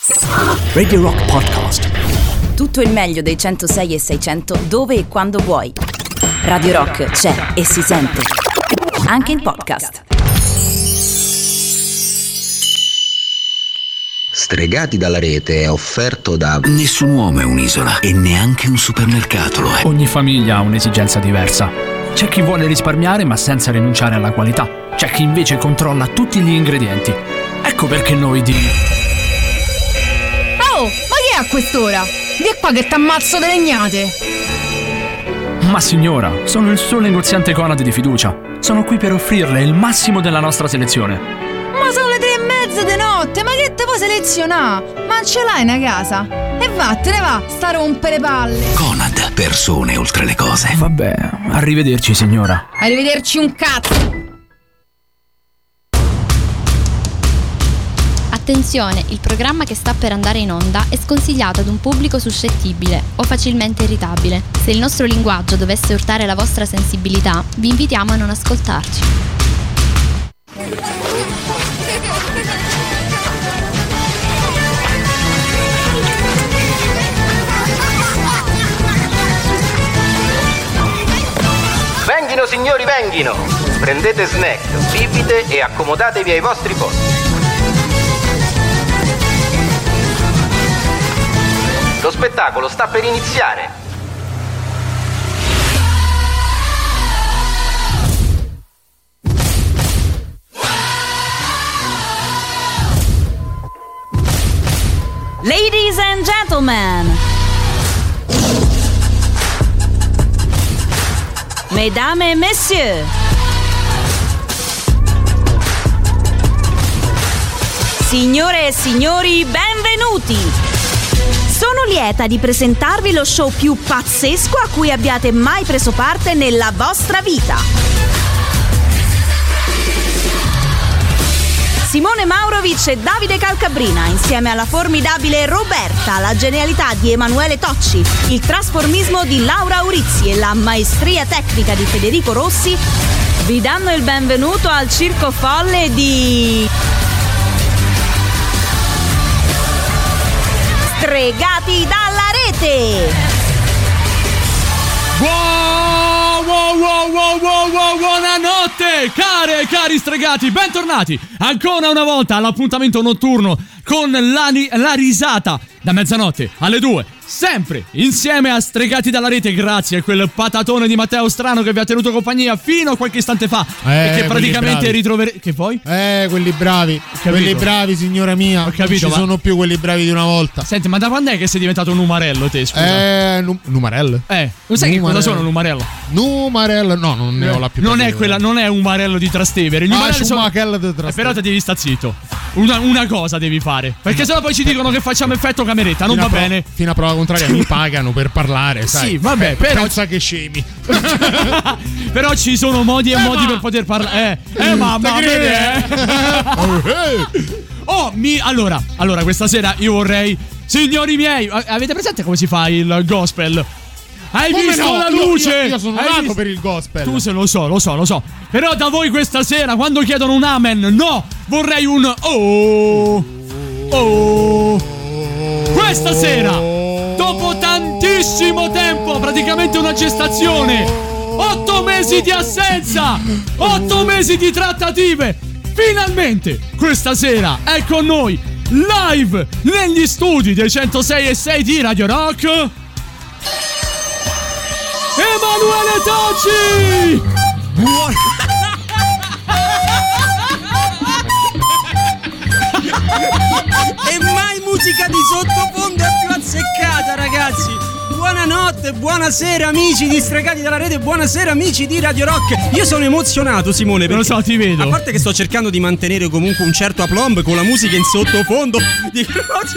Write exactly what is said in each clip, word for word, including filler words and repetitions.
Radio Rock Podcast. Tutto il meglio dei centosei e seicento dove e quando vuoi. Radio Rock c'è e si sente anche in podcast. Stregati dalla rete è offerto da... Nessun uomo è un'isola e neanche un supermercato lo è. Ogni famiglia ha un'esigenza diversa. C'è chi vuole risparmiare ma senza rinunciare alla qualità. C'è chi invece controlla tutti gli ingredienti. Ecco perché noi di... Oh, ma chi è a quest'ora? Vieni qua che t'ammazzo delle legnate. Ma signora, sono il suo negoziante Conad di fiducia. Sono qui per offrirle il massimo della nostra selezione. Ma sono le tre e mezza di notte, ma che te puoi selezionare? Ma ce l'hai una casa? E vattene va, sta a rompere palle. Conad, persone oltre le cose. Vabbè, arrivederci signora. Arrivederci un cazzo. Attenzione, il programma che sta per andare in onda è sconsigliato ad un pubblico suscettibile o facilmente irritabile. Se il nostro linguaggio dovesse urtare la vostra sensibilità, vi invitiamo a non ascoltarci. Venghino signori, venghino! Prendete snack, bibite e accomodatevi ai vostri posti. Lo spettacolo sta per iniziare. Ladies and gentlemen, mesdames et messieurs, signore e signori, benvenuti! Sono lieta di presentarvi lo show più pazzesco a cui abbiate mai preso parte nella vostra vita. Simone Maurovic e Davide Calcabrina, insieme alla formidabile Roberta, la genialità di Emanuele Tocci, il trasformismo di Laura Urizzi e la maestria tecnica di Federico Rossi, vi danno il benvenuto al circo folle di... Stregati dalla rete! Wow, wow, wow, wow, wow, wow, buonanotte, care e cari stregati, bentornati ancora una volta all'appuntamento notturno con la, la risata da mezzanotte alle due, sempre insieme a Stregati dalla rete, grazie a quel patatone di Matteo Strano che vi ha tenuto compagnia fino a qualche istante fa eh, e che praticamente ritroverete... Che poi? Eh, quelli bravi, quelli bravi signora mia, ho capito, non ci ma... sono più quelli bravi di una volta. Senti, ma da quando è che sei diventato un numarello te, scusa? Eh, nu- numarello? Eh, non sai numarello. Che cosa sono un numarello? Numarello, no, non ne ho la più Non è quella, non è un umarello di Trastevere. Ah, sono... di Trastevere. Eh, però te devi sta zitto. Una, una cosa devi fare, perché sennò poi ci dicono che facciamo effetto cameretta, non fino va pro- bene. Fino a prova contraria mi pagano per parlare, sai. Sì, vabbè, eh, però pensa che scemi. Però ci sono modi e eh modi ma... per poter parlare. Eh, eh mamma mia. Oh, mi allora, allora questa sera io vorrei, signori miei, avete presente come si fa il gospel? Hai come visto no? la Io, luce? Io, io sono Hai nato visto? per il gospel. Tu se lo so, lo so, lo so. Però da voi questa sera, quando chiedono un amen, no, vorrei un oh. Oh. Questa sera, dopo tantissimo tempo, praticamente una gestazione, otto mesi di assenza, otto mesi di trattative, finalmente questa sera è con noi live negli studi dei centosei e sei di Radio Rock Emanuele Tocci! Buon... E mai musica di sottofondo è più azzeccata, ragazzi! Buonanotte, buonasera amici di Stregati dalla rete, buonasera amici di Radio Rock. Io sono emozionato, Simone, perché, lo so, ti vedo. A parte che sto cercando di mantenere comunque un certo aplomb con la musica in sottofondo di...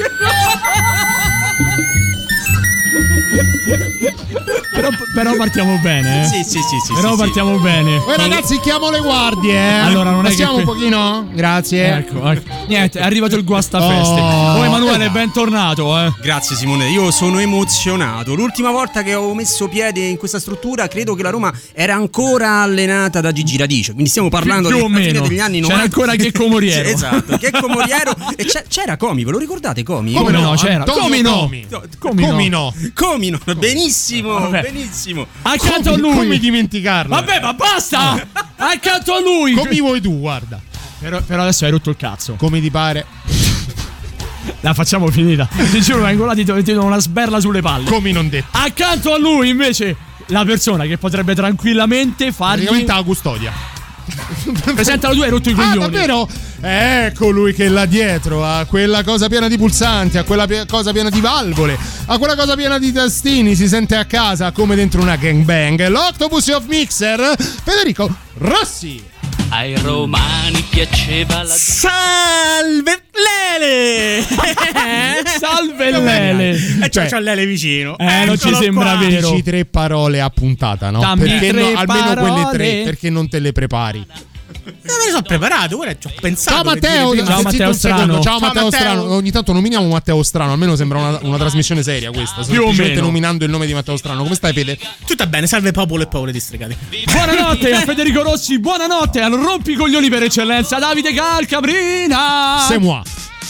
Però, però partiamo bene, eh? Sì, sì, sì, sì. Però sì, partiamo sì. bene. Poi ragazzi, chiamo le guardie, eh. Allora non Passiamo è che un pochino? Grazie. Ecco, ecco. Niente, è arrivato il guastafeste. Oh, oh Emanuele, Simone, bentornato. Eh. Grazie Simone, io sono emozionato. L'ultima volta che ho messo piede in questa struttura credo che la Roma era ancora allenata da Gigi Radice, quindi stiamo parlando più o della fine meno degli anni c'era novanta. ancora Checco Moriero. Esatto, Checco Moriero. E c'era Comi, ve lo ricordate Comi? Come no, c'era Comino. Comino. Comino. Comino, benissimo, Vabbè. benissimo. Accanto a lui. Come dimenticarlo? Vabbè, ma basta! Accanto a lui. Come vuoi tu, guarda. Però, però adesso hai rotto il cazzo. Come ti pare? La facciamo finita. Ti giuro, vengo là, ti do ti do una sberla sulle palle. Come non detto. Accanto a lui, invece, la persona che potrebbe tranquillamente fargli. Praticamente la custodia. Presentalo tu, hai rotto i Ah, coglioni. davvero? Ecco lui che là dietro ha quella cosa piena di pulsanti, ha quella pie- cosa piena di valvole, ha quella cosa piena di tastini, si sente a casa come dentro una gangbang. L'Octopus of Mixer, Federico Rossi. Ai romani piaceva la... Salve Lele! Salve Lele! E cioè, c'ho Lele vicino. Eh, non ci sembra qua. vero. Dici tre parole a puntata, no? Dammi Perché tre no, almeno parole. quelle tre, perché non te le prepari? Non me ne sono preparato, ora ci ho pensato. Ciao per Matteo, dire prima. Ciao, zitto Matteo un Strano. secondo. Ciao, Ciao, Matteo, Matteo. Strano. Ogni tanto nominiamo Matteo Strano, almeno sembra una, una trasmissione seria questa. Più o Semplicemente meno. nominando il nome di Matteo Strano. Come stai, Fede? Tutto bene, salve popolo e povole distregati. Buonanotte a Federico Rossi, buonanotte al rompicoglioni per eccellenza Davide Calcabrina. C'est moi.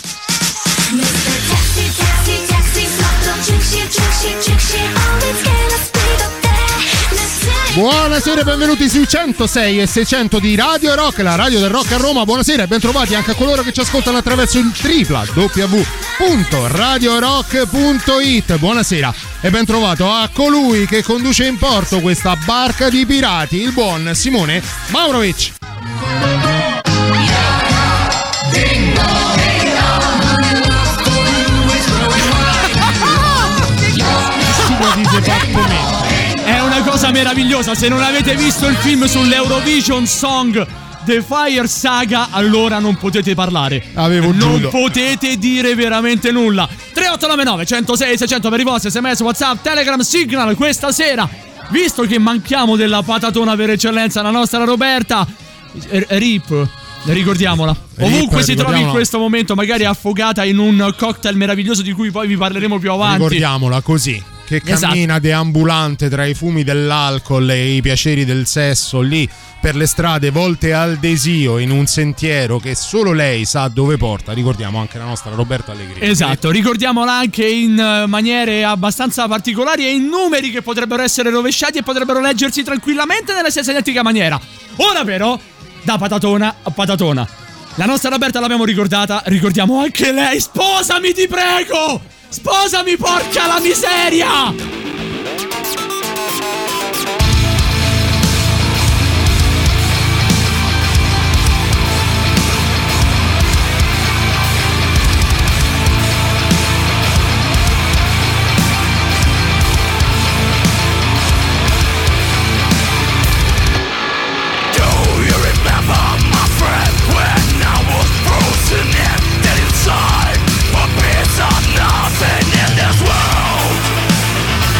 Buonasera e benvenuti sui centosei e seicento di Radio Rock, la radio del rock a Roma. Buonasera e bentrovati anche a coloro che ci ascoltano attraverso il tripla w w w punto radio rock punto it. Buonasera e bentrovato a colui che conduce in porto questa barca di pirati, il buon Simone Maurovic. È una cosa meravigliosa. Se non avete visto il film sull'Eurovision Song The Fire Saga, allora non potete parlare. Avevo Non giudo. potete dire veramente nulla. tre otto nove nove uno zero sei sei zero zero per i vostri sms, WhatsApp, Telegram, Signal. Questa sera, visto che manchiamo della patatona per eccellenza, la nostra Roberta R- Rip, ricordiamola. Ovunque si trovi in questo momento, magari affogata in un cocktail meraviglioso di cui poi vi parleremo più avanti. Ricordiamola così, che cammina Esatto. deambulante tra i fumi dell'alcol e i piaceri del sesso lì per le strade volte al desio in un sentiero che solo lei sa dove porta. Ricordiamo anche la nostra Roberta Allegri. Esatto, ricordiamola anche in eh, maniere abbastanza particolari e in numeri che potrebbero essere rovesciati e potrebbero leggersi tranquillamente nella stessa identica maniera. Ora però, da patatona a patatona, la nostra Roberta l'abbiamo ricordata, ricordiamo anche lei. Sposami, ti prego! Sposami, porca la miseria! Inside, but it's not nothing in this world.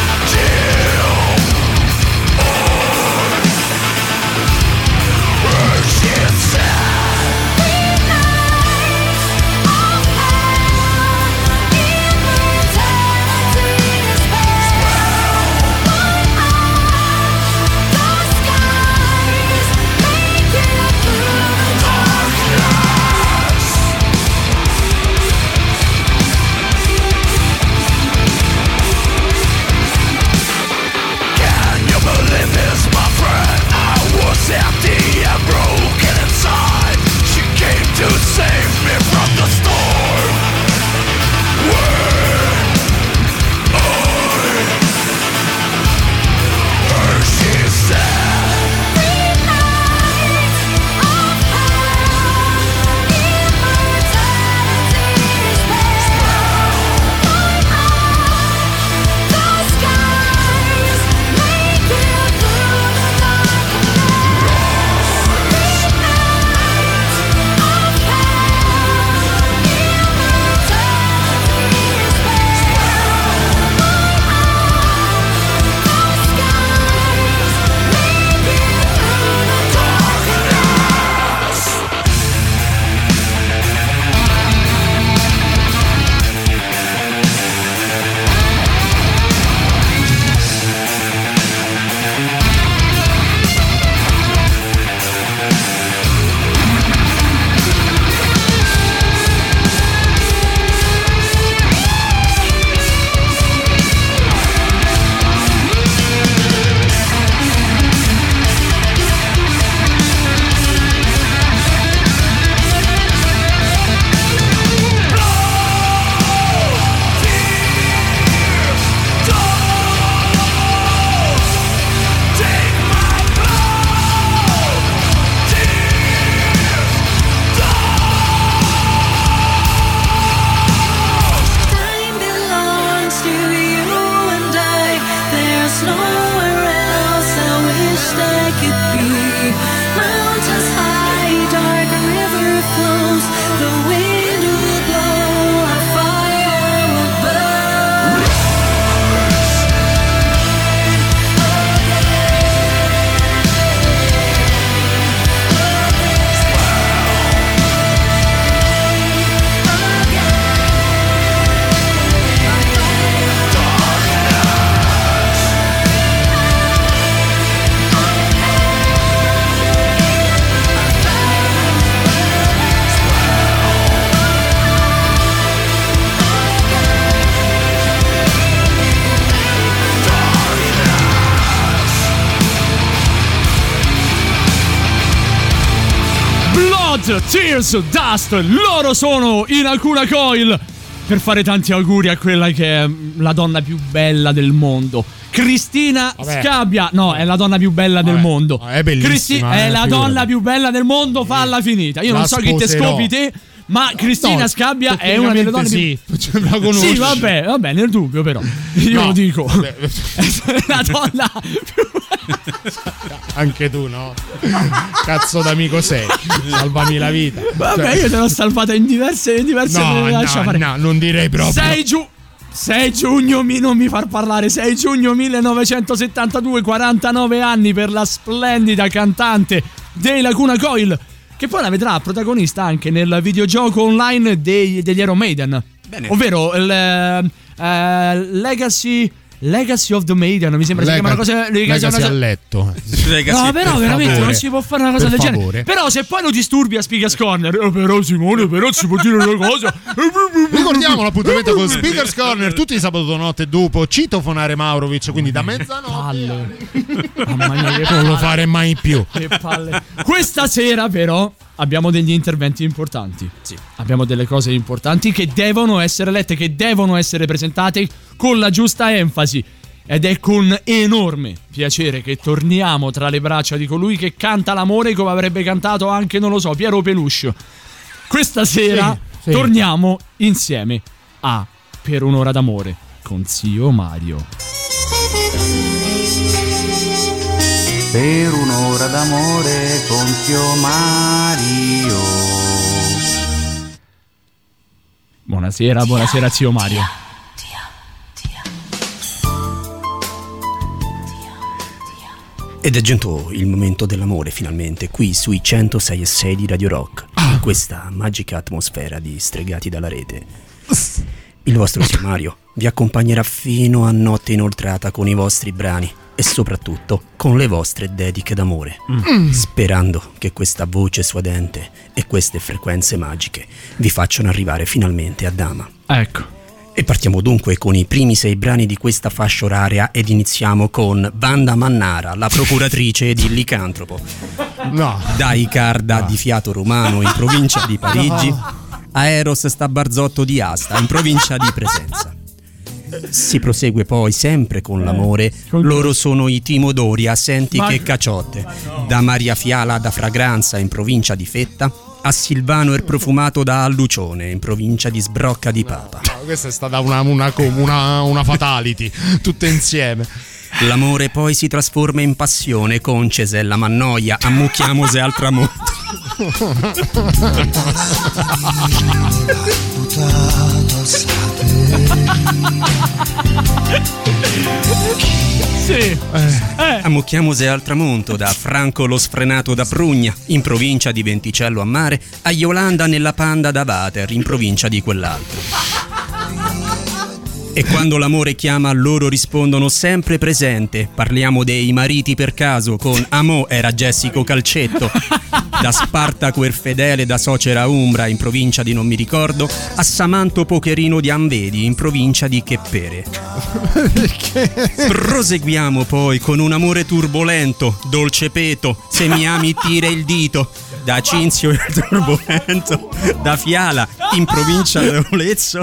Sweat, Tears, Dust. Loro sono in Hakuna Coil per fare tanti auguri a quella che è la donna più bella del mondo, Cristina Vabbè. Scabbia. No, è la donna più bella Vabbè. del mondo. È bellissima. Cristi- eh, è la figurati. donna più bella del mondo. Falla finita. Io la non so sposerò. chi te scopi te. Ma Cristina no, Scabbia è una delle donne sì, più... la conosci. Sì, vabbè, vabbè, nel dubbio però. Io no, lo dico. È la donna più... Anche tu, no? Cazzo d'amico sei. Salvami la vita. Vabbè, cioè... io te l'ho salvata in diverse in diverse No, no, fare. no, non direi proprio. sei giù sei giugno, mi, non mi far parlare. sei giugno millenovecentosettantadue, quarantanove anni per la splendida cantante dei Hakuna Coil, che poi la vedrà protagonista anche nel videogioco online dei, degli Iron Maiden. Bene. Ovvero il uh, Legacy Legacy of the Maiden, mi sembra Lega- si chiama una cosa Legacy una cosa... a letto. Legacy, no, però veramente favore. non si può fare una cosa per del favore. genere. Però se poi lo disturbi a Speakers Corner, eh, però Simone, però si può dire una cosa. Ricordiamo l'appuntamento con Speakers Corner tutti i sabato notte dopo citofonare Maurovic, quindi da mezzanotte. Mamma mia, che non lo fare mai più. Che palle. Questa sera però abbiamo degli interventi importanti. Sì. Abbiamo delle cose importanti che devono essere lette, che devono essere presentate con la giusta enfasi. Ed è con enorme piacere che torniamo tra le braccia di colui che canta l'amore come avrebbe cantato anche, non lo so, Piero Peluche. Questa sera sì, sì. torniamo insieme a Per un'ora d'amore con zio Mario. Per un'ora d'amore con zio Mario. Buonasera, buonasera zio Mario. Ed è giunto il momento dell'amore finalmente, qui sui centosei e sei di Radio Rock, in questa magica atmosfera di Stregati dalla Rete. Il vostro zio Mario vi accompagnerà fino a notte inoltrata con i vostri brani e soprattutto con le vostre dediche d'amore, mm. sperando che questa voce suadente e queste frequenze magiche vi facciano arrivare finalmente a Dama. Ecco. E partiamo dunque con i primi sei brani di questa fascia oraria ed iniziamo con Vanda Mannara, la procuratrice di Licantropo. No. Da Icarda no. di Fiato Romano in provincia di Parigi no. a Eros sta Barzotto di Asta in provincia di Presenza. Si prosegue poi sempre con l'amore. Loro sono i Timodori a Senti che caciotte. Da Maria Fiala da Fragranza in provincia di Fetta a Silvano il profumato da Allucione in provincia di Sbrocca di Papa. No, questa è stata una, una, una, una fatality, tutte insieme. L'amore poi si trasforma in passione con Cesella Mannoia, ammucchiamose al tramonto. Sì. Eh. Eh. Ammucchiamose al tramonto da Franco lo sfrenato da Prugna in provincia di Venticello a Mare a Yolanda nella Panda da Vater in provincia di quell'altro. E quando l'amore chiama loro rispondono sempre presente. Parliamo dei mariti per caso con Amò era Jessico Calcetto, da Spartaco Erfedele da Socera Umbra in provincia di non mi ricordo a Samanto Pocherino di Anvedi in provincia di Cheppere. Perché? Proseguiamo poi con un amore turbolento, dolce peto, se mi ami tira il dito, da Cinzio il turbolento, da Fiala in provincia di Olezzo.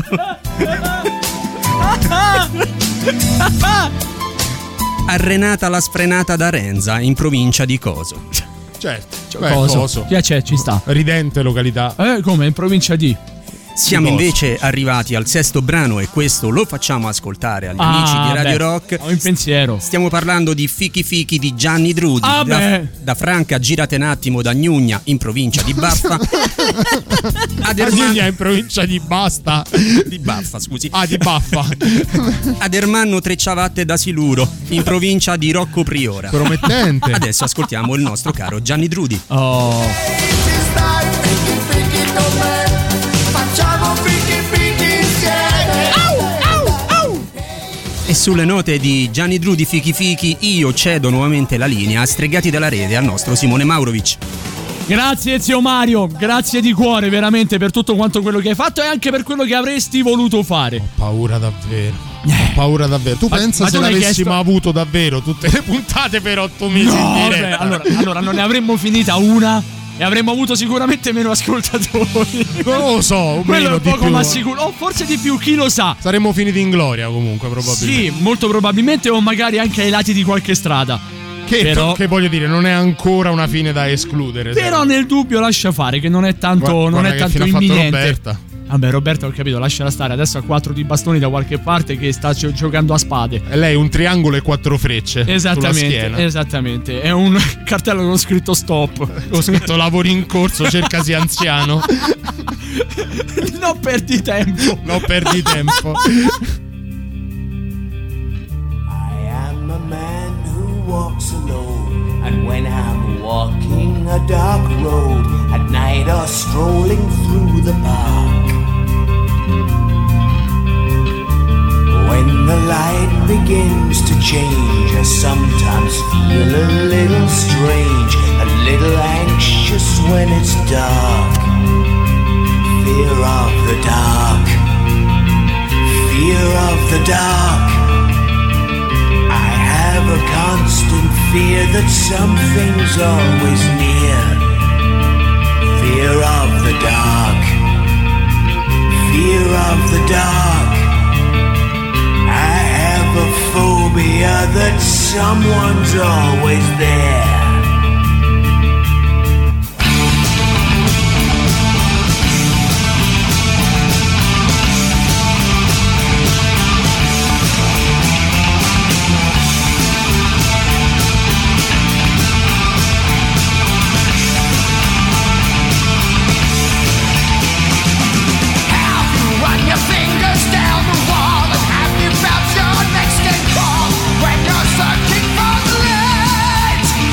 A Renata la sfrenata da Renza in provincia di Coso. Certo, cioè, Beh, Coso. Coso. Chi c'è? Ci sta. Ridente località. Eh, come? In provincia di... Siamo invece arrivati al sesto brano e questo lo facciamo ascoltare agli ah, amici di Radio beh, Rock. Ho in pensiero. Stiamo parlando di Fichi Fichi di Gianni Drudi, ah, da, da Franca Girate un attimo da Gnugna in provincia di Baffa. Ad Ermanno in provincia di Basta. Di Baffa, scusi. Ah, di Baffa. Ad Ermanno Trecciavatte da Siluro in provincia di Rocco Priora. Promettente. Adesso ascoltiamo il nostro caro Gianni Drudi. Oh. E sulle note di Gianni Drudi Fichi Fichi io cedo nuovamente la linea a Stregati dalla Rete al nostro Simone Maurovic. Grazie zio Mario, grazie di cuore veramente per tutto quanto quello che hai fatto e anche per quello che avresti voluto fare. Ho paura davvero. Ho paura davvero. Tu ma, pensa ma se tu l'avessimo chiesto... avuto davvero tutte le puntate per otto mesi no, in diretta. Beh, allora, allora non ne avremmo finita una e avremmo avuto sicuramente meno ascoltatori. Non lo so, quello meno è di poco più. ma sicuro, o forse di più, chi lo sa. Saremmo finiti in gloria comunque, probabilmente. Sì, molto probabilmente, o magari anche ai lati di qualche strada. Che, però, che voglio dire, non è ancora una fine da escludere. Però sai. nel dubbio lascia fare, che non è tanto, Guarda, non guarda è che tanto fine ha fatto imminente. Roberta. Vabbè, Roberta, ho capito, lasciala stare. Adesso ha quattro di bastoni da qualche parte che sta gio- giocando a spade. E lei un triangolo e quattro frecce. Esattamente, sulla schiena. Esattamente. È un cartello con scritto stop. Ho scritto lavori in corso, cercasi anziano. Non perdi tempo. Non perdi tempo. I am a man who walks alone, and when I'm walking a dark road at night or strolling through the park, when the light begins to change, I sometimes feel a little strange, a little anxious when it's dark. Fear of the dark, fear of the dark. I have a constant fear that something's always near. Fear of the dark, fear of the dark. I have a phobia that someone's always there. When you're searching for the light,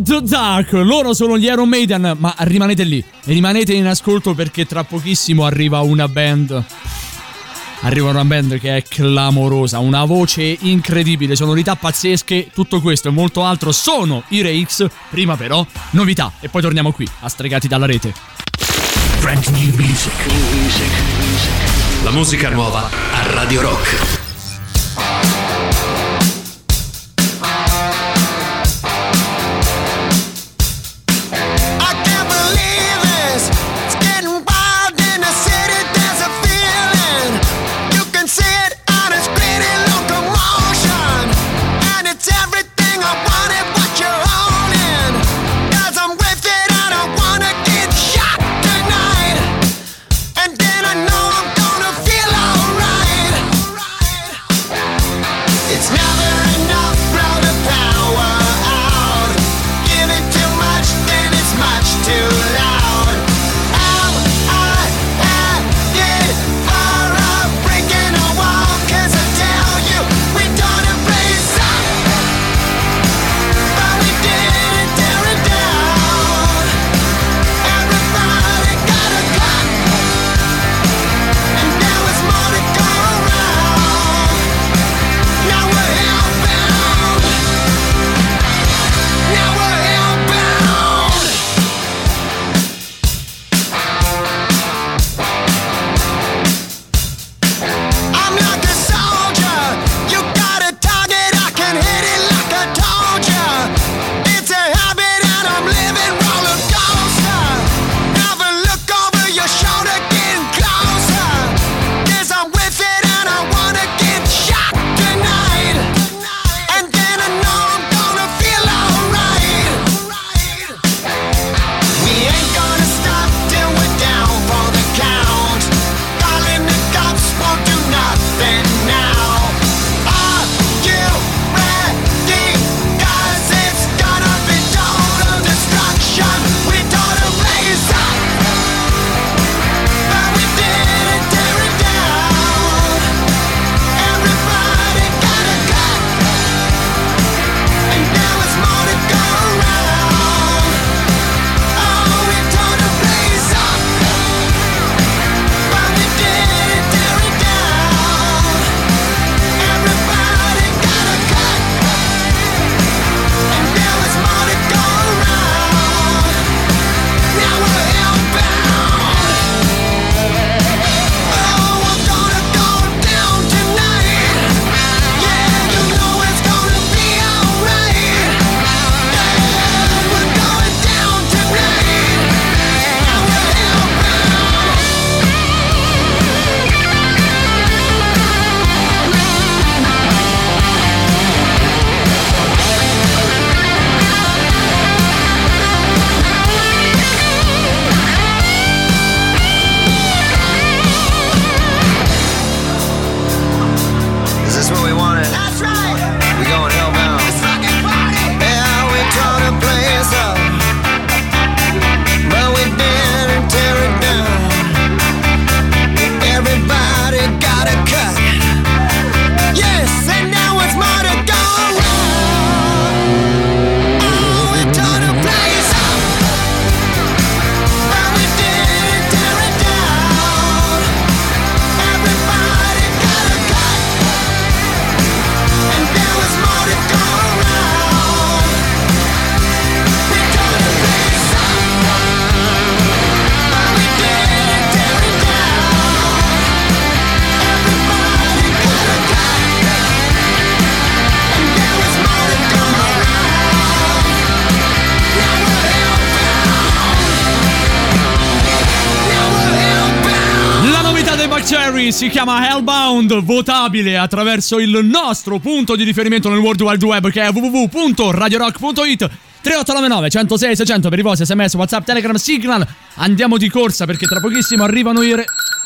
the Dark, loro sono gli Iron Maiden, ma rimanete lì, rimanete in ascolto perché tra pochissimo arriva una band. Arriva una band che è clamorosa, una voce incredibile, sonorità pazzesche, tutto questo e molto altro sono i Rakes. Prima però, novità e poi torniamo qui a Stregati dalla Rete. Brand new music. La musica nuova a Radio Rock. Cherry si chiama Hellbound, votabile attraverso il nostro punto di riferimento nel World Wide Web che è w w w punto radio rock punto it. Tre otto nove nove uno zero sei sei zero zero per i vostri sms, WhatsApp, Telegram, Signal. Andiamo di corsa perché tra pochissimo arrivano i re...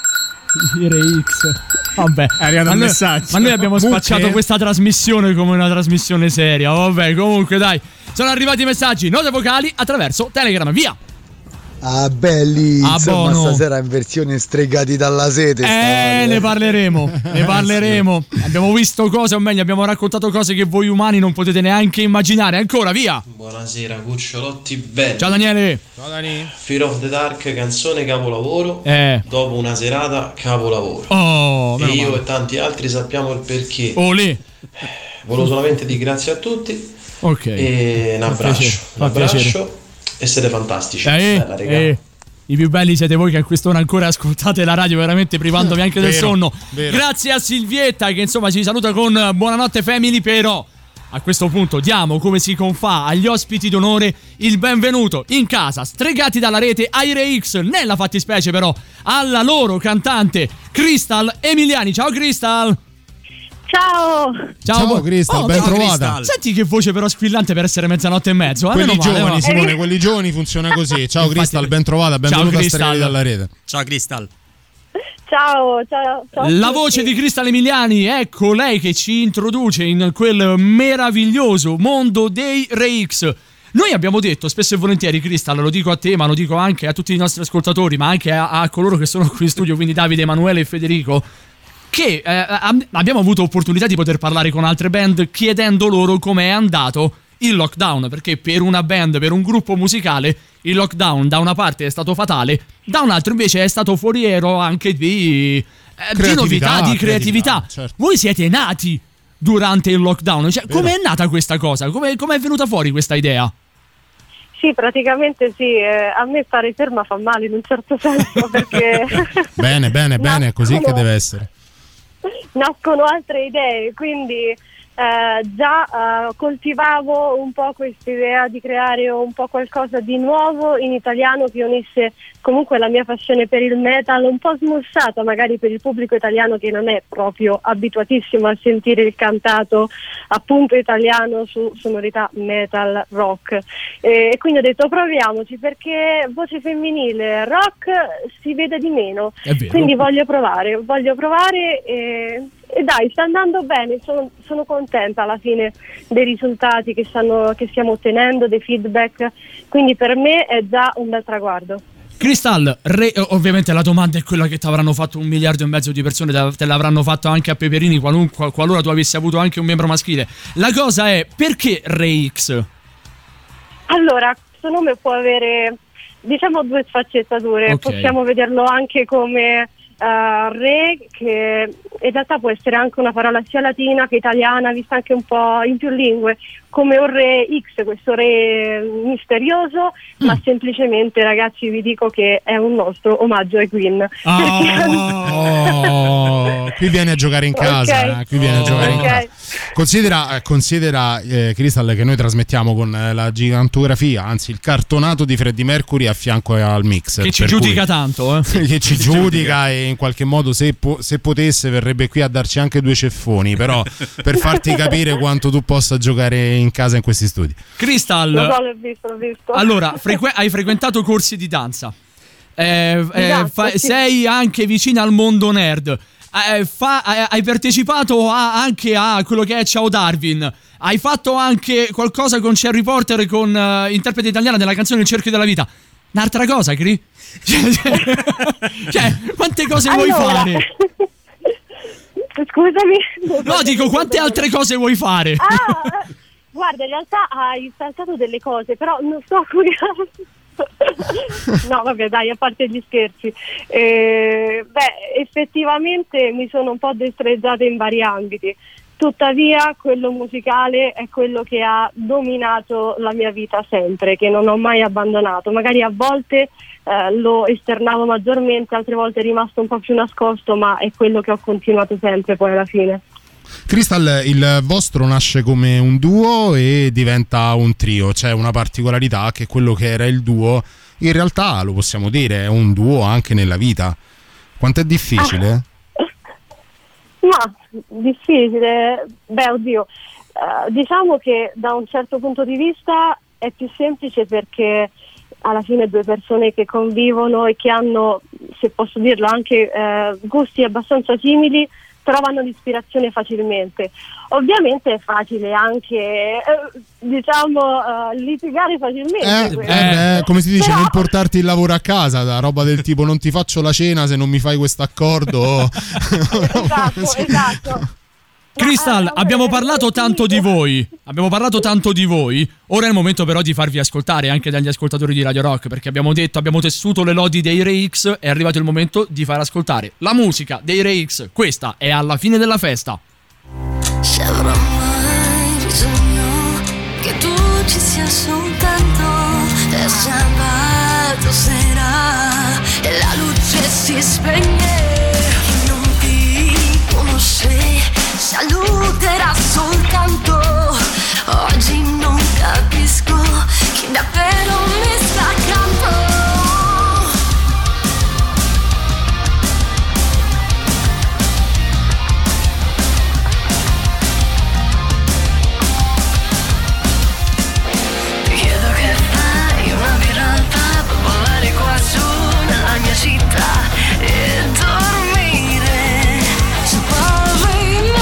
i Rakes. Vabbè, è arrivato un messaggio. Ma noi abbiamo spacciato Buche. questa trasmissione come una trasmissione seria. Vabbè, comunque dai, sono arrivati i messaggi, note vocali attraverso Telegram, via. Ah, belli, Ah, insomma, buono. stasera in versione Stregati dalla sete. Eh, stavate. ne parleremo, ne parleremo. Abbiamo visto cose, o meglio, abbiamo raccontato cose che voi umani non potete neanche immaginare. Ancora, via! Buonasera, cucciolotti belli. Ciao Daniele. Ciao Dani. Fear of the Dark, canzone capolavoro. Eh. Dopo una serata, capolavoro. Oh, e meno io male. e tanti altri sappiamo il perché. Olè. Volevo solamente dire grazie a tutti. Ok. E un Fa abbraccio. piacere, Un fa abbraccio. piacere. E siete fantastici. Eh, Bella, regà. eh. I più belli siete voi che a quest'ora ancora ascoltate la radio, veramente privandovi anche del Vero, sonno. vero. Grazie a Silvietta che insomma ci saluta con buonanotte family, però a questo punto diamo, come si confà agli ospiti d'onore, il benvenuto in casa, stregati dalla rete, ai Re X, nella fattispecie però alla loro cantante Crystal Emiliani. Ciao Crystal! Ciao! Ciao, Ciao, Crystal, ben ciao, trovata. Crystal. Senti che voce però squillante per essere mezzanotte e mezzo. eh? Quelli Meno male, giovani, va. Simone, quelli giovani funziona così. Ciao Infatti- Crystal, ben trovata, Ciao, benvenuta a Crystal. Stregati dalla rete. Ciao Crystal. Ciao, ciao, ciao. a La tutti. voce di Crystal Emiliani, ecco lei che ci introduce in quel meraviglioso mondo dei Re X. Noi abbiamo detto spesso e volentieri, Crystal, lo dico a te, ma lo dico anche a tutti i nostri ascoltatori, ma anche a, a coloro che sono qui in studio, quindi Davide, Emanuele e Federico, che eh, ab- abbiamo avuto opportunità di poter parlare con altre band chiedendo loro com'è andato il lockdown, perché per una band, per un gruppo musicale, il lockdown da una parte è stato fatale, da un altro invece è stato foriero anche di, eh, di Creatività, novità, di creatività. creatività, certo. Voi siete nati durante il lockdown, cioè, com'è nata questa cosa? Come è venuta fuori questa idea? Sì, praticamente sì, eh, a me stare ferma fa male in un certo senso perché Bene, bene, bene, è così che deve essere. nascono altre idee, quindi eh, già eh, coltivavo un po' questa idea di creare un po' qualcosa di nuovo in italiano che unisse comunque la mia passione per il metal, un po' smussata magari per il pubblico italiano che non è proprio abituatissimo a sentire il cantato appunto italiano su sonorità metal rock, e quindi ho detto proviamoci perché voce femminile rock si vede di meno, È vero. quindi voglio provare, voglio provare e, e dai, sta andando bene, sono, sono contenta alla fine dei risultati che, stanno, che stiamo ottenendo, dei feedback, quindi per me è già un bel traguardo. Crystal, re- ovviamente la domanda è quella che ti avranno fatto un miliardo e mezzo di persone, te te l'avranno fatto anche a Peperini qualunque, qualora tu avessi avuto anche un membro maschile. La cosa è, perché Re X? Allora, questo nome può avere, diciamo, due sfaccettature. Ok. Possiamo vederlo anche come eh, re, che in realtà può essere anche una parola sia latina che italiana, vista anche un po' in più lingue, come un re X, questo re misterioso, Mm. ma semplicemente, ragazzi, vi dico che è un nostro omaggio ai Queen. Oh, qui viene a giocare in casa, Ok. eh, qui viene a giocare in Ok. casa. Considera, eh, considera eh, Crystal, che noi trasmettiamo con eh, la gigantografia, anzi il cartonato di Freddie Mercury a fianco al mixer. Che ci per giudica cui- tanto, eh? che ci giudica e in qualche modo se, po- se potesse verrebbe qui a darci anche due ceffoni, però per farti capire quanto tu possa giocare in casa in questi studi. Crystal, Lo so, l'ho visto, l'ho visto. allora, frequ- hai frequentato corsi di danza, eh, eh, danza, fa- sì. sei anche vicina al mondo nerd, eh, fa- eh, hai partecipato a- anche a quello che è Ciao Darwin, hai fatto anche qualcosa con Cherry Porter, con eh, interprete italiana della canzone Il cerchio della vita. Un'altra cosa, Cri? Cioè, cioè, quante cose vuoi Allora, fare? Scusami. No, dico, quante altre cose vuoi fare? Ah, guarda, in realtà hai saltato delle cose, però non sto curioso. No, vabbè, dai, a parte gli scherzi. Eh, beh, effettivamente mi sono un po' destreggiata in vari ambiti. Tuttavia, quello musicale è quello che ha dominato la mia vita sempre, che non ho mai abbandonato. Magari a volte eh, lo esternavo maggiormente, altre volte è rimasto un po' più nascosto, ma è quello che ho continuato sempre poi alla fine. Crystal, il vostro nasce come un duo e diventa un trio. C'è una particolarità, che quello che era il duo in realtà, lo possiamo dire, è un duo anche nella vita. Quanto è difficile? Ma difficile, beh, oddio, eh, diciamo che da un certo punto di vista è più semplice perché alla fine due persone che convivono e che hanno, se posso dirlo, anche eh, gusti abbastanza simili, trovano l'ispirazione facilmente. Ovviamente è facile anche eh, diciamo uh, litigare facilmente. Eh, eh, come si dice, Però... non portarti il lavoro a casa, da roba del tipo non ti faccio la cena se non mi fai questo accordo. Esatto, esatto. Crystal, abbiamo parlato tanto di voi. Abbiamo parlato tanto di voi. Ora è il momento però di farvi ascoltare anche dagli ascoltatori di Radio Rock, perché abbiamo detto, abbiamo tessuto le lodi dei Ray X. È arrivato il momento di far ascoltare la musica dei Ray X. Questa è Alla fine della festa. Se avrò mai bisogno che tu ci sia soltanto, è sabato sera e la luce si spegne. Chi non ti conosce saluterà soltanto. Oggi non capisco chi davvero mi sta accanto. Ti chiedo che fai, una birra al pub, volare qua su nella mia città e dormire sul pavimento.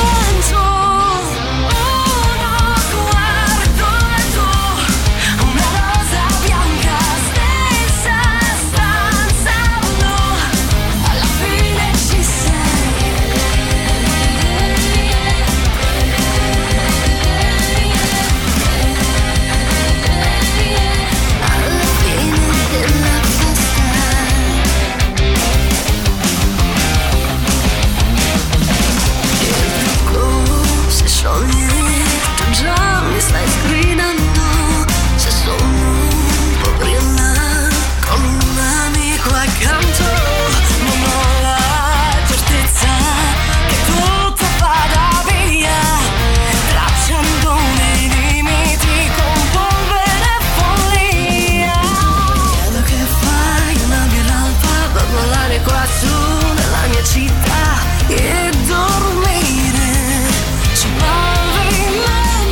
Stai sgridando se sono un po' brilla con un amico accanto. Non ho la certezza che tutto vada via, tracciando nei limiti con polvere e follia. Chiedo che fai, una birra al pub, a volare qua su nella mia città e dormire sul pavimento.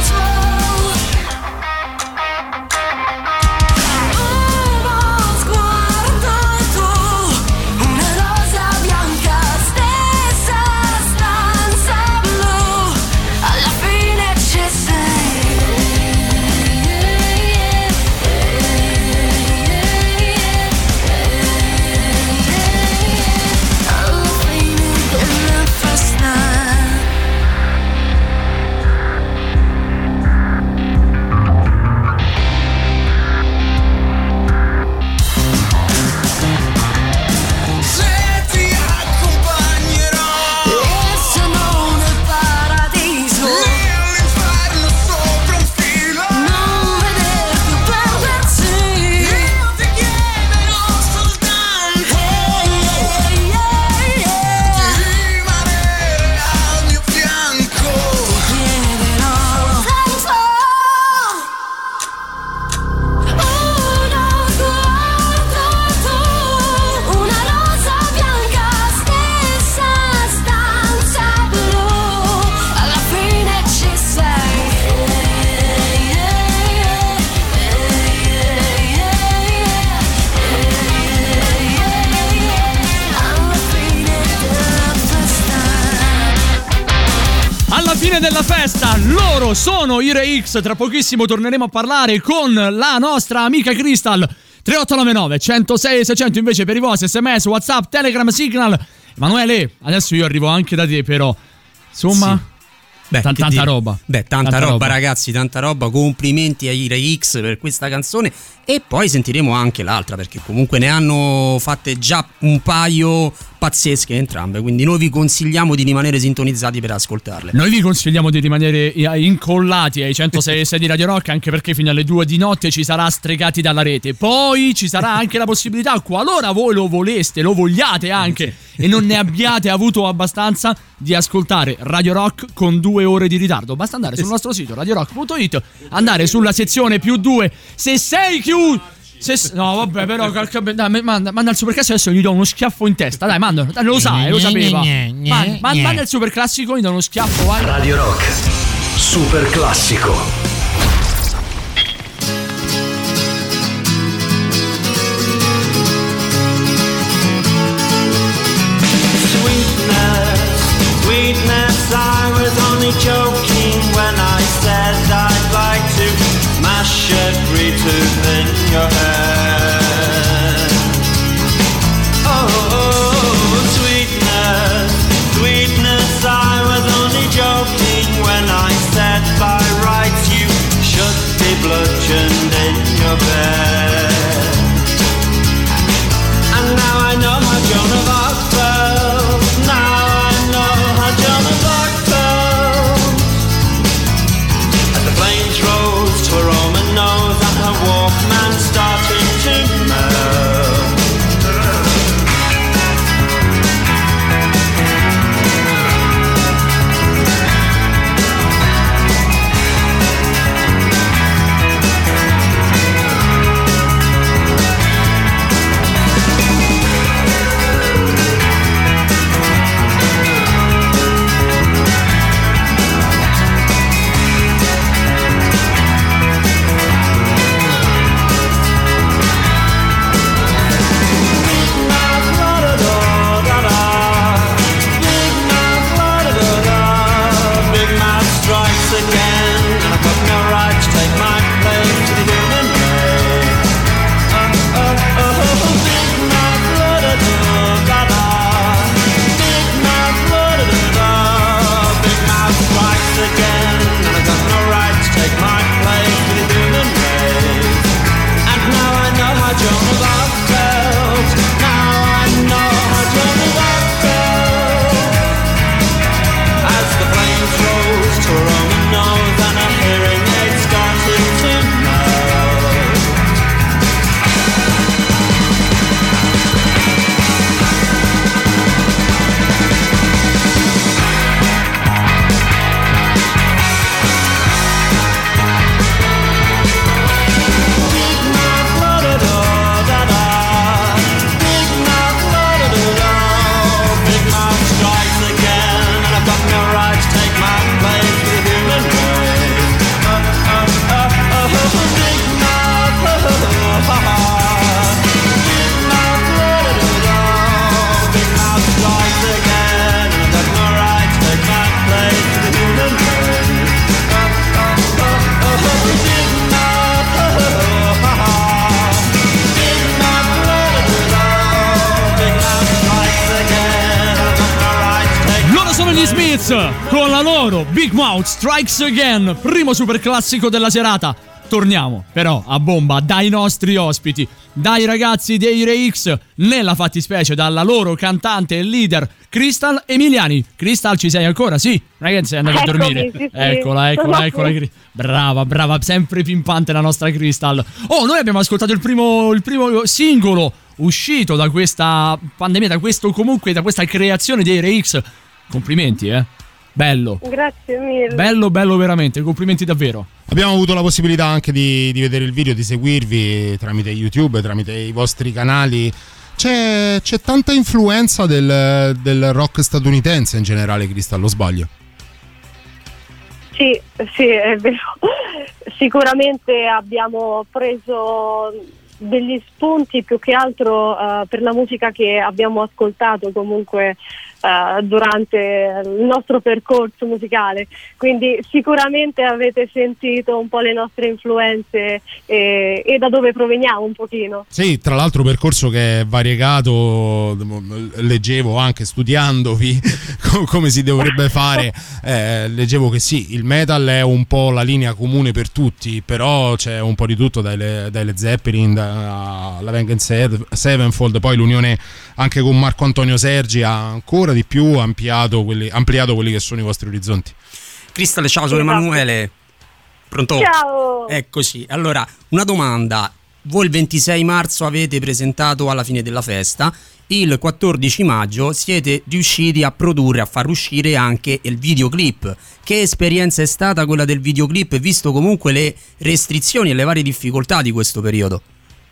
Della festa, loro sono i Ray X. Tra pochissimo torneremo a parlare con la nostra amica Crystal. Tre otto nove nove uno zero sei sei zero zero invece per i vostri sms, WhatsApp, Telegram, Signal. Emanuele, adesso io arrivo anche da te, però insomma sì. Beh, T- tanta roba. Beh, tanta, tanta roba, roba, ragazzi, tanta roba. Complimenti ai Ray X per questa canzone. E poi sentiremo anche l'altra, perché comunque ne hanno fatte già un paio pazzesche entrambe. Quindi noi vi consigliamo di rimanere sintonizzati per ascoltarle. Noi vi consigliamo di rimanere incollati ai centosei e sei di Radio Rock, anche perché fino alle due di notte ci sarà Stregati dalla rete. Poi ci sarà anche la possibilità, qualora voi lo voleste, lo vogliate anche e non ne abbiate avuto abbastanza, di ascoltare Radio Rock con due ore di ritardo. Basta andare sul nostro sito radio rock punto it, andare sulla sezione più due. Se sei chiuso, se, no vabbè, però dai, manda, manda il superclassico, adesso gli do uno schiaffo in testa. Dai, manda, dai, lo sai, lo sapeva. Manda, manda, manda il superclassico, gli do uno schiaffo, vai. Radio Rock Super Classico. Sweetness, I was only joking when I said I'd like to con la loro Big Mouth Strikes Again, primo super classico della serata. Torniamo però a bomba dai nostri ospiti, dai ragazzi dei Ray X, nella fattispecie dalla loro cantante e leader Crystal Emiliani. Crystal, ci sei ancora? Sì, non è che sei andata a dormire. Sì, sì. Eccola, eccola, eccola. Brava, brava, sempre pimpante la nostra Crystal. Oh, noi abbiamo ascoltato il primo, il primo singolo uscito da questa pandemia, da questo comunque, da questa creazione dei Ray X. Complimenti, eh. Bello. Grazie mille. Bello, bello veramente, complimenti davvero. Abbiamo avuto la possibilità anche di, di vedere il video, di seguirvi tramite YouTube, tramite i vostri canali. C'è, c'è tanta influenza del, del rock statunitense in generale, Crystal, lo sbaglio? Sì, sì, è vero. Sicuramente abbiamo preso degli spunti più che altro uh, per la musica che abbiamo ascoltato comunque uh, durante il nostro percorso musicale, quindi sicuramente avete sentito un po' le nostre influenze e, e da dove proveniamo un pochino. Sì, tra l'altro percorso che è variegato, leggevo anche studiandovi come si dovrebbe fare, eh, leggevo che sì, il metal è un po' la linea comune per tutti, però c'è un po' di tutto, dai Led Zeppelin, da la Avenged Sevenfold, poi l'unione anche con Marco Antonio Sergi ha ancora di più ampliato quelli, ampliato quelli che sono i vostri orizzonti. Crystal, ciao, sono Emanuele. Pronto? Ciao. Eccoci. Allora, una domanda. Voi il ventisei marzo avete presentato alla fine della festa, il quattordici maggio siete riusciti a produrre, a far uscire anche il videoclip. Che esperienza è stata quella del videoclip, visto comunque le restrizioni e le varie difficoltà di questo periodo?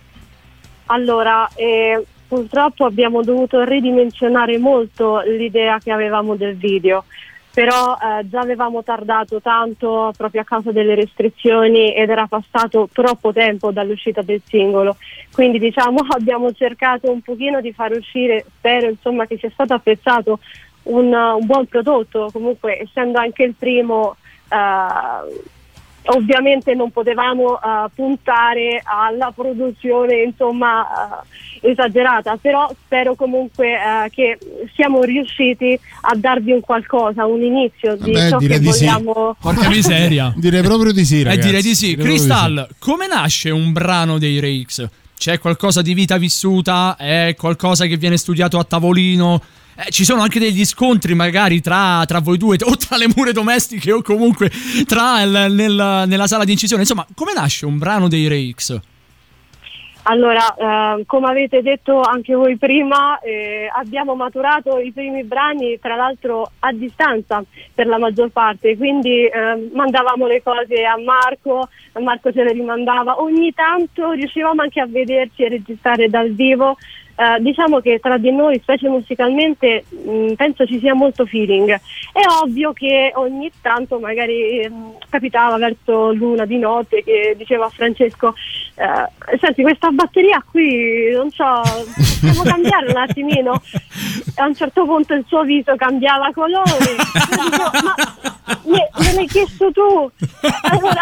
Allora, eh, purtroppo abbiamo dovuto ridimensionare molto l'idea che avevamo del video, però eh, già avevamo tardato tanto proprio a causa delle restrizioni ed era passato troppo tempo dall'uscita del singolo, quindi diciamo abbiamo cercato un pochino di far uscire, spero insomma che sia stato apprezzato un, un buon prodotto, comunque essendo anche il primo eh, ovviamente non potevamo uh, puntare alla produzione insomma uh, esagerata, però spero comunque uh, che siamo riusciti a darvi un qualcosa, un inizio di Beh, ciò che di vogliamo. Sì. Porca miseria. Direi proprio di sì, ragazzi. Eh, direi di sì. Direi Crystal, di sì. come nasce un brano dei Ray X? C'è qualcosa di vita vissuta? È qualcosa che viene studiato a tavolino? Eh, ci sono anche degli scontri magari tra, tra voi due o tra le mura domestiche o comunque tra il, nel, nella sala di incisione. Insomma, come nasce un brano dei Ray X? Allora, eh, come avete detto anche voi prima, eh, abbiamo maturato i primi brani tra l'altro a distanza per la maggior parte, quindi eh, mandavamo le cose a Marco, Marco ce le rimandava, ogni tanto riuscivamo anche a vederci e registrare dal vivo. Uh, diciamo che tra di noi, specie musicalmente, mh, penso ci sia molto feeling. È ovvio che ogni tanto magari mh, capitava verso l'una di notte che diceva a Francesco uh, senti, questa batteria qui non so, possiamo cambiare un attimino? A un certo punto il suo viso cambiava colore. Dico, ma me, me l'hai chiesto tu? Allora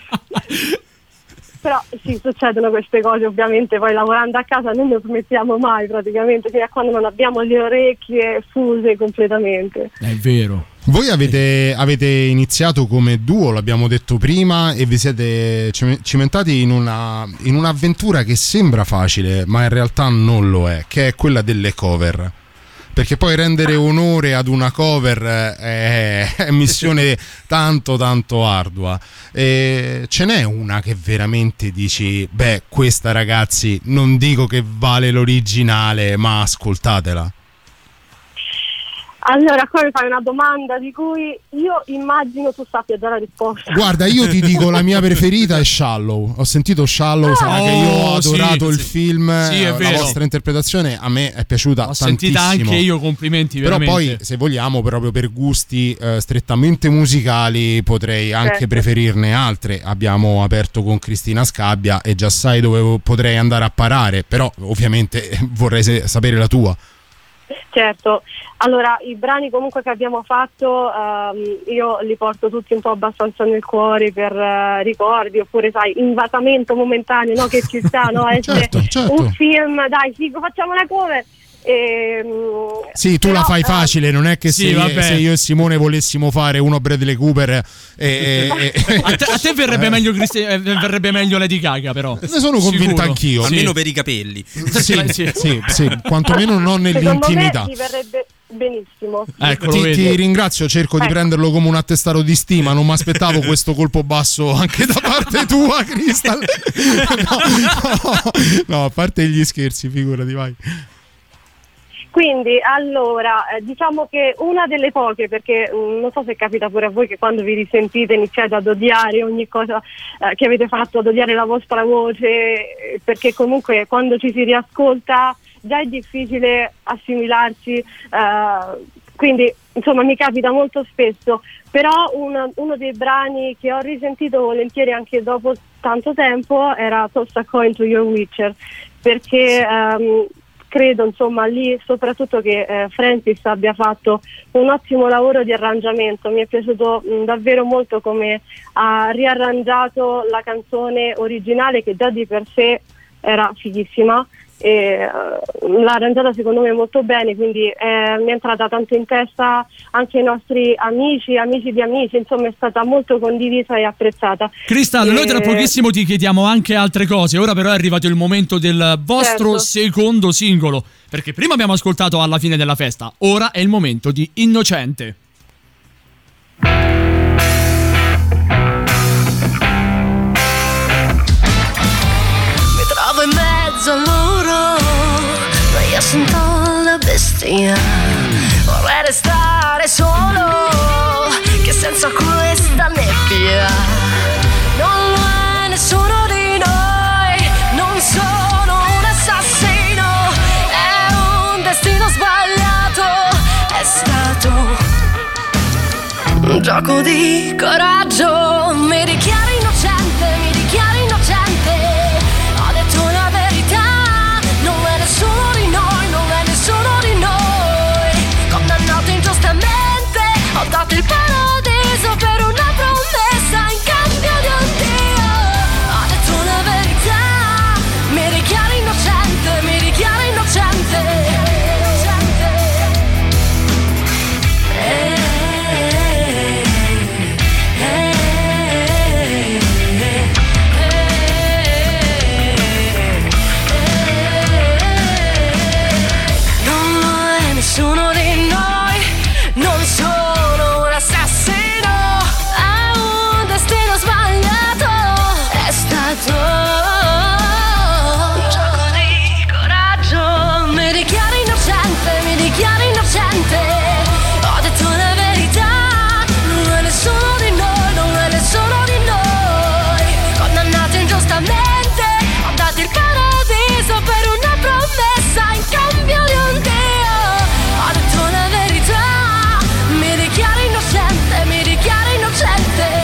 però sì, succedono queste cose, ovviamente poi lavorando a casa non ne smettiamo mai praticamente fino a quando non abbiamo le orecchie fuse completamente. È vero. Voi avete, avete iniziato come duo, l'abbiamo detto prima, e vi siete cimentati in una in un'avventura che sembra facile, ma in realtà non lo è, che è quella delle cover. Perché poi rendere onore ad una cover è, è missione tanto tanto ardua. E ce n'è una che veramente dici, beh, questa ragazzi non dico che vale l'originale, ma ascoltatela. Allora, come fai una domanda di cui io immagino tu sappia già la risposta. Guarda, io ti dico, la mia preferita è Shallow. Ho sentito Shallow, sarà oh, che io ho adorato sì, il sì. film, Sì, è la vero. vostra interpretazione a me è piaciuta L'ho tantissimo. sentita anche io, complimenti Però veramente. poi, se vogliamo, proprio per gusti eh, strettamente musicali, potrei anche Certo. preferirne altre. Abbiamo aperto con Cristina Scabbia e già sai dove potrei andare a parare, però ovviamente vorrei se- sapere la tua. Certo, allora i brani comunque che abbiamo fatto ehm, io li porto tutti un po' abbastanza nel cuore per eh, ricordi, oppure sai, invasamento momentaneo, no? Che ci sta, no? Essere Certo, certo. un film, dai, sì, facciamo una cover E, sì, tu però, la fai facile, non è che sì, se, se io e Simone volessimo fare uno Bradley Cooper e, e, e... A, te, a te verrebbe meglio Cristi- eh, verrebbe meglio Lady Gaga, però ne sono convinto sicuro. anch'io, almeno sì. per i capelli. Sì, sì, sì, sì, quantomeno non nell'intimità. Secondo me ti verrebbe benissimo. Ecco, ti, ti ringrazio, cerco di prenderlo come un attestato di stima, non mi aspettavo questo colpo basso anche da parte tua, Crystal. No, no, no, a parte gli scherzi, figurati, vai. Quindi, allora, eh, diciamo che una delle poche, perché mh, non so se capita pure a voi che quando vi risentite iniziate ad odiare ogni cosa eh, che avete fatto, ad odiare la vostra voce, eh, perché comunque quando ci si riascolta già è difficile assimilarsi, eh, quindi insomma mi capita molto spesso, però una, uno dei brani che ho risentito volentieri anche dopo tanto tempo era Toss a Coin to Your Witcher, perché... Ehm, credo insomma lì soprattutto che eh, Francis abbia fatto un ottimo lavoro di arrangiamento. Mi è piaciuto mh, davvero molto come ha riarrangiato la canzone originale, che già di per sé era fighissima, e uh, l'ha arrangiata secondo me molto bene, quindi eh, mi è entrata tanto in testa anche ai nostri amici, amici di amici, insomma è stata molto condivisa e apprezzata. Crystal, e... noi tra pochissimo ti chiediamo anche altre cose, ora però è arrivato il momento del vostro certo. secondo singolo, perché prima abbiamo ascoltato Alla fine della festa, ora è il momento di Innocente. In mezzo a loro, ma io sento la bestia. Vorrei restare solo, che senza questa nebbia. Non lo è nessuno di noi, non sono un assassino. È un destino sbagliato, è stato un gioco di coraggio. Mi dichiaro innocente, mi dichiaro innocente. Ho dato il paradiso per una promessa in cambio di un Dio. Ho detto la verità, mi dichiaro innocente, mi dichiaro innocente. Eh, eh, eh, eh, non lo è nessuno di noi, non so. Ho detto la verità, non è nessuno di noi, non è nessuno di noi. Condannato ingiustamente, ho dato il paradiso per una promessa in cambio di un Dio. Ho detto la verità, mi dichiaro innocente, mi dichiaro innocente.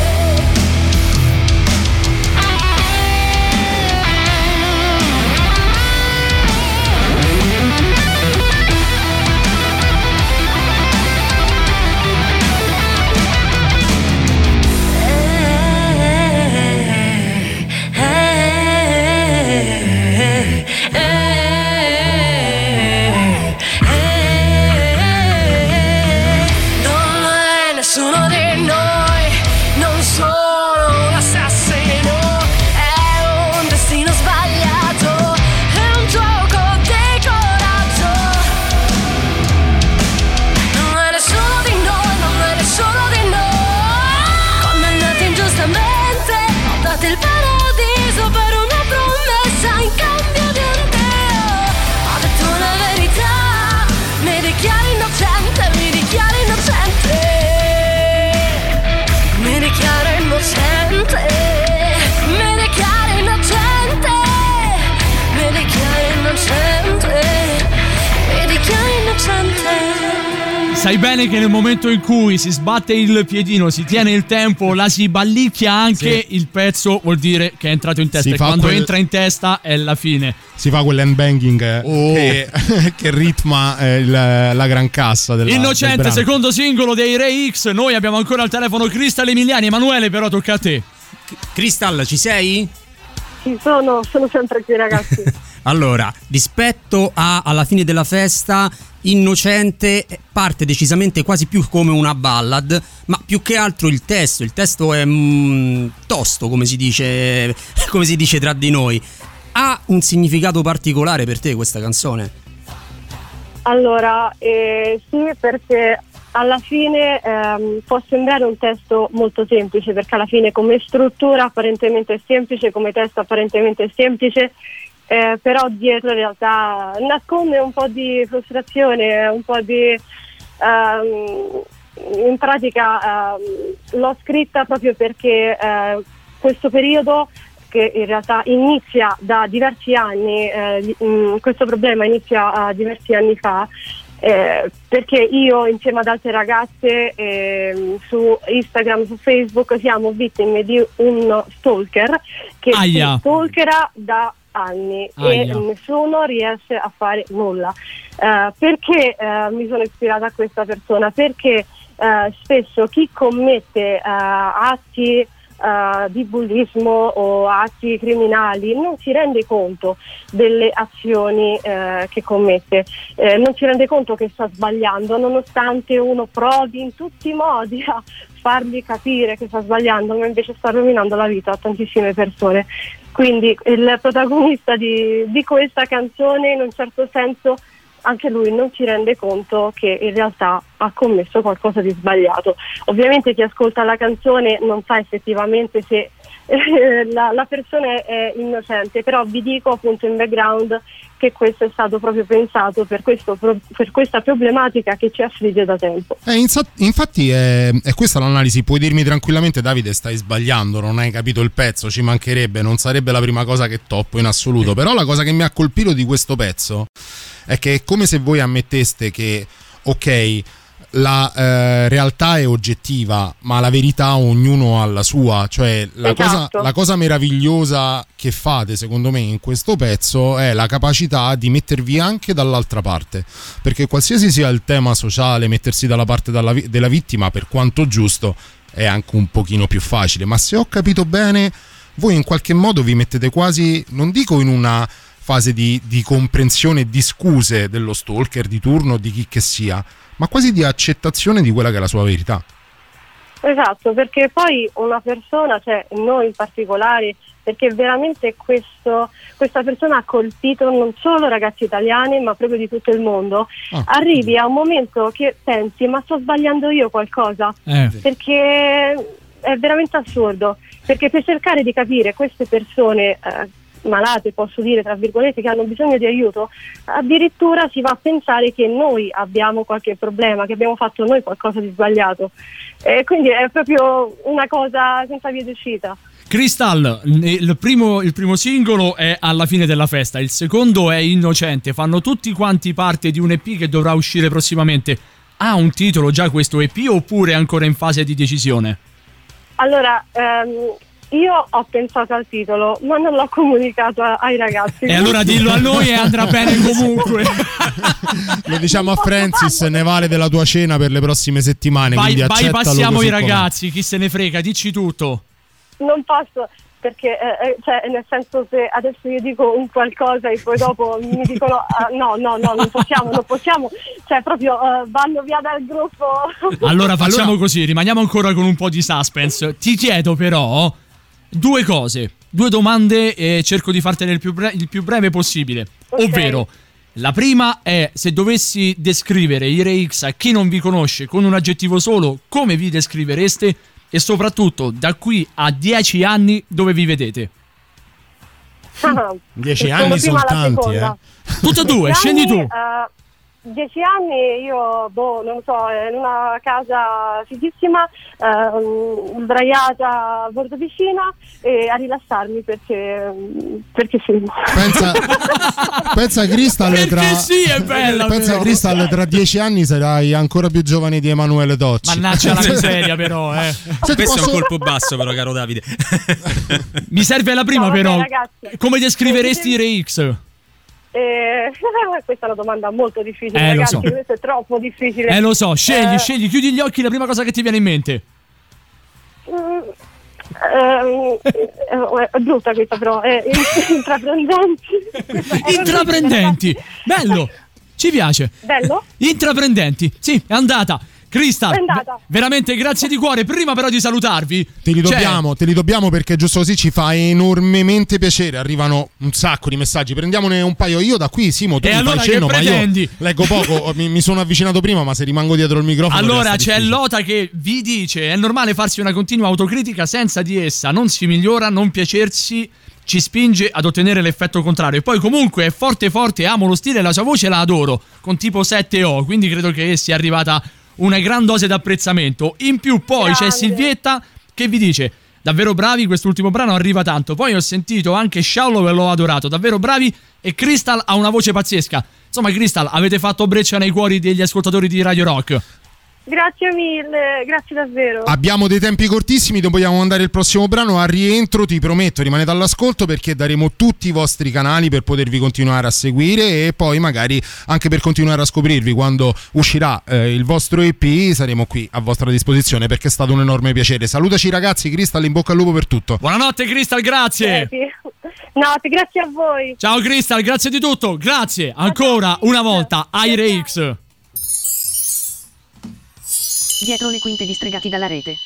Nessuno di noi, non sono un assassino, è un destino sbagliato, è un gioco di coraggio. Non è nessuno di noi, non è nessuno di noi. Condannati ingiustamente, ho dato il paradiso per una promessa in cambio di un Dio. Ho detto la verità, mi dichiaro innocente, mi dichiaro innocente. Mi dichiaro innocente, mi dichiaro innocente, mi dichiaro innocente, mi dichiaro innocente. Sai bene che nel momento in cui si sbatte il piedino, si tiene il tempo, la si ballicchia anche, sì. Il pezzo vuol dire che è entrato in testa, Si e fa quando quel- entra in testa è la fine. Si fa quell'handbanging eh, Oh. che, che ritma eh, il- la gran cassa della, del Innocente, brano. secondo singolo dei Ray X. Noi abbiamo ancora al telefono Crystal Emiliani. Emanuele, però tocca a te. Crystal, ci sei? Ci sono, sono sempre qui ragazzi. Allora, rispetto a Alla fine della festa, Innocente parte decisamente quasi più come una ballad, ma più che altro il testo, il testo è mm, tosto, come si dice, come si dice tra di noi. Ha un significato particolare per te questa canzone? Allora, eh, sì, perché alla fine ehm, può sembrare un testo molto semplice, perché alla fine come struttura apparentemente è semplice, come testo apparentemente è semplice, eh, però dietro in realtà nasconde un po' di frustrazione, un po' di... Ehm, in pratica ehm, l'ho scritta proprio perché eh, questo periodo, che in realtà inizia da diversi anni, eh, mh, questo problema inizia uh, diversi anni fa, eh, perché io insieme ad altre ragazze eh, su Instagram, su Facebook siamo vittime di uno stalker che Aia. ci stalkera da anni Aia. e nessuno riesce a fare nulla. Uh, perché uh, mi sono ispirata a questa persona? Perché uh, spesso chi commette uh, atti Uh, di bullismo o atti criminali non si rende conto delle azioni uh, che commette, uh, non si rende conto che sta sbagliando, nonostante uno provi in tutti i modi a fargli capire che sta sbagliando, ma invece sta rovinando la vita a tantissime persone. Quindi il protagonista di, di questa canzone, in un certo senso, anche lui non si rende conto che in realtà ha commesso qualcosa di sbagliato. Ovviamente chi ascolta la canzone non sa effettivamente se eh, la, la persona è innocente, però vi dico appunto in background che questo è stato proprio pensato per, questo, per questa problematica che ci affligge da tempo. Eh, infatti è, è questa l'analisi. Puoi dirmi tranquillamente: Davide, stai sbagliando, non hai capito il pezzo, ci mancherebbe, non sarebbe la prima cosa che toppo in assoluto. Però la cosa che mi ha colpito di questo pezzo è che è come se voi ammetteste che ok, la eh, realtà è oggettiva, ma la verità ognuno ha la sua. Cioè la, esatto. cosa, la cosa meravigliosa che fate secondo me in questo pezzo è la capacità di mettervi anche dall'altra parte, perché qualsiasi sia il tema sociale, mettersi dalla parte dalla, della vittima, per quanto giusto, è anche un pochino più facile. Ma se ho capito bene, voi in qualche modo vi mettete quasi, non dico in una fase di, di comprensione e di scuse dello stalker di turno, di chi che sia, ma quasi di accettazione di quella che è la sua verità. Esatto, perché poi una persona, cioè noi in particolare, perché veramente questo, questa persona ha colpito non solo ragazzi italiani ma proprio di tutto il mondo, ah. arrivi a un momento che pensi: ma sto sbagliando io qualcosa? Eh. Perché è veramente assurdo, perché per cercare di capire queste persone eh, malate, posso dire tra virgolette, che hanno bisogno di aiuto, addirittura si va a pensare che noi abbiamo qualche problema, che abbiamo fatto noi qualcosa di sbagliato, e quindi è proprio una cosa senza via d'uscita. Crystal, il primo, il primo singolo è Alla fine della festa, il secondo è Innocente, fanno tutti quanti parte di un E P che dovrà uscire prossimamente. Ha un titolo già questo E P oppure è ancora in fase di decisione? Allora, ehm, io ho pensato al titolo, ma non l'ho comunicato a, ai ragazzi. E allora dillo a noi e andrà bene comunque. Lo diciamo a Francis, ne vale della tua cena per le prossime settimane. Vai, quindi vai passiamo i ragazzi, chi se ne frega, dici tutto. Non posso, perché eh, cioè, nel senso, se adesso io dico un qualcosa e poi dopo mi dicono uh, no, no, no, non possiamo, non possiamo, cioè proprio uh, vanno via dal gruppo. Allora facciamo allora... così, rimaniamo ancora con un po' di suspense. Ti chiedo però due cose, due domande e cerco di fartene il più, bre- il più breve possibile. Okay. Ovvero, la prima è: se dovessi descrivere i Re-X a chi non vi conosce con un aggettivo solo, come vi descrivereste? E soprattutto, da qui a dieci anni, dove vi vedete? Dieci anni sono tanti, eh? Tutte e due, scendi tu. Uh, dieci anni io, boh, non lo so, in una casa fighissima, uh, sdraiata a bordo piscina e a rilassarmi perché, perché sì. Pensa, pensa Crystal, perché tra, sì, è bella. Pensa però. Crystal, tra dieci anni sarai ancora più giovane di Emanuele Tocci. Mannaggia la miseria però, eh. Questo posso... è un colpo basso però, caro Davide. Mi serve la prima, no, vabbè, però. Ragazzi, come descriveresti i Re-X? Eh, questa è una domanda molto difficile, eh, ragazzi, lo so. questo è troppo difficile. Eh lo so, scegli, eh, scegli, chiudi gli occhi, la prima cosa che ti viene in mente. Mm, Ehm, è brutta questa però, è intraprendenti. Intraprendenti, bello, ci piace. Bello? Intraprendenti, sì, è andata. Crystal, È andata. v- veramente grazie di cuore. Prima però di salutarvi, Te li cioè, dobbiamo, te li dobbiamo perché giusto così ci fa enormemente piacere. Arrivano un sacco di messaggi. Prendiamone un paio. Io da qui, Simo, tu E mi allora fai cenno, che ma io pretendi? leggo poco. mi, mi sono avvicinato prima, ma se rimango dietro il microfono. allora resta c'è difficile. Lota che vi dice: è normale farsi una continua autocritica, senza di essa non si migliora, non piacersi ci spinge ad ottenere l'effetto contrario. E poi comunque è forte forte, amo lo stile e la sua voce la adoro, con tipo sette O, quindi credo che sia arrivata una gran dose d'apprezzamento. In più poi c'è Silvietta che vi dice: davvero bravi, quest'ultimo brano arriva tanto. Poi ho sentito anche Shallow e l'ho adorato, davvero bravi. E Crystal ha una voce pazzesca. Insomma, Crystal, avete fatto breccia nei cuori degli ascoltatori di Radio Rock. Grazie mille, grazie davvero. Abbiamo dei tempi cortissimi, dobbiamo mandare il prossimo brano. A rientro ti prometto rimanete all'ascolto perché daremo tutti i vostri canali per potervi continuare a seguire e poi magari anche per continuare a scoprirvi. Quando uscirà eh, il vostro E P saremo qui a vostra disposizione perché è stato un enorme piacere. Salutaci ragazzi, Crystal, in bocca al lupo per tutto. Buonanotte Crystal, grazie. Notte, grazie a voi. Ciao Crystal, grazie di tutto. Grazie ancora una volta Aire X. Dietro le quinte distregati dalla rete.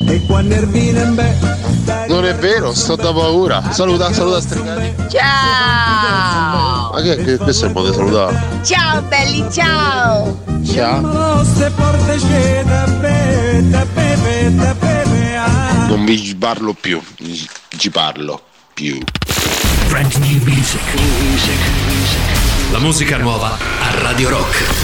Non è vero, sto da paura. Saluta, saluta Stregati. Ciao! Ma che, che questo è il modo di salutare? Ciao belli, ciao! Ciao. Non vi parlo più, ci parlo più. Brand new music. La musica nuova a Radio Rock.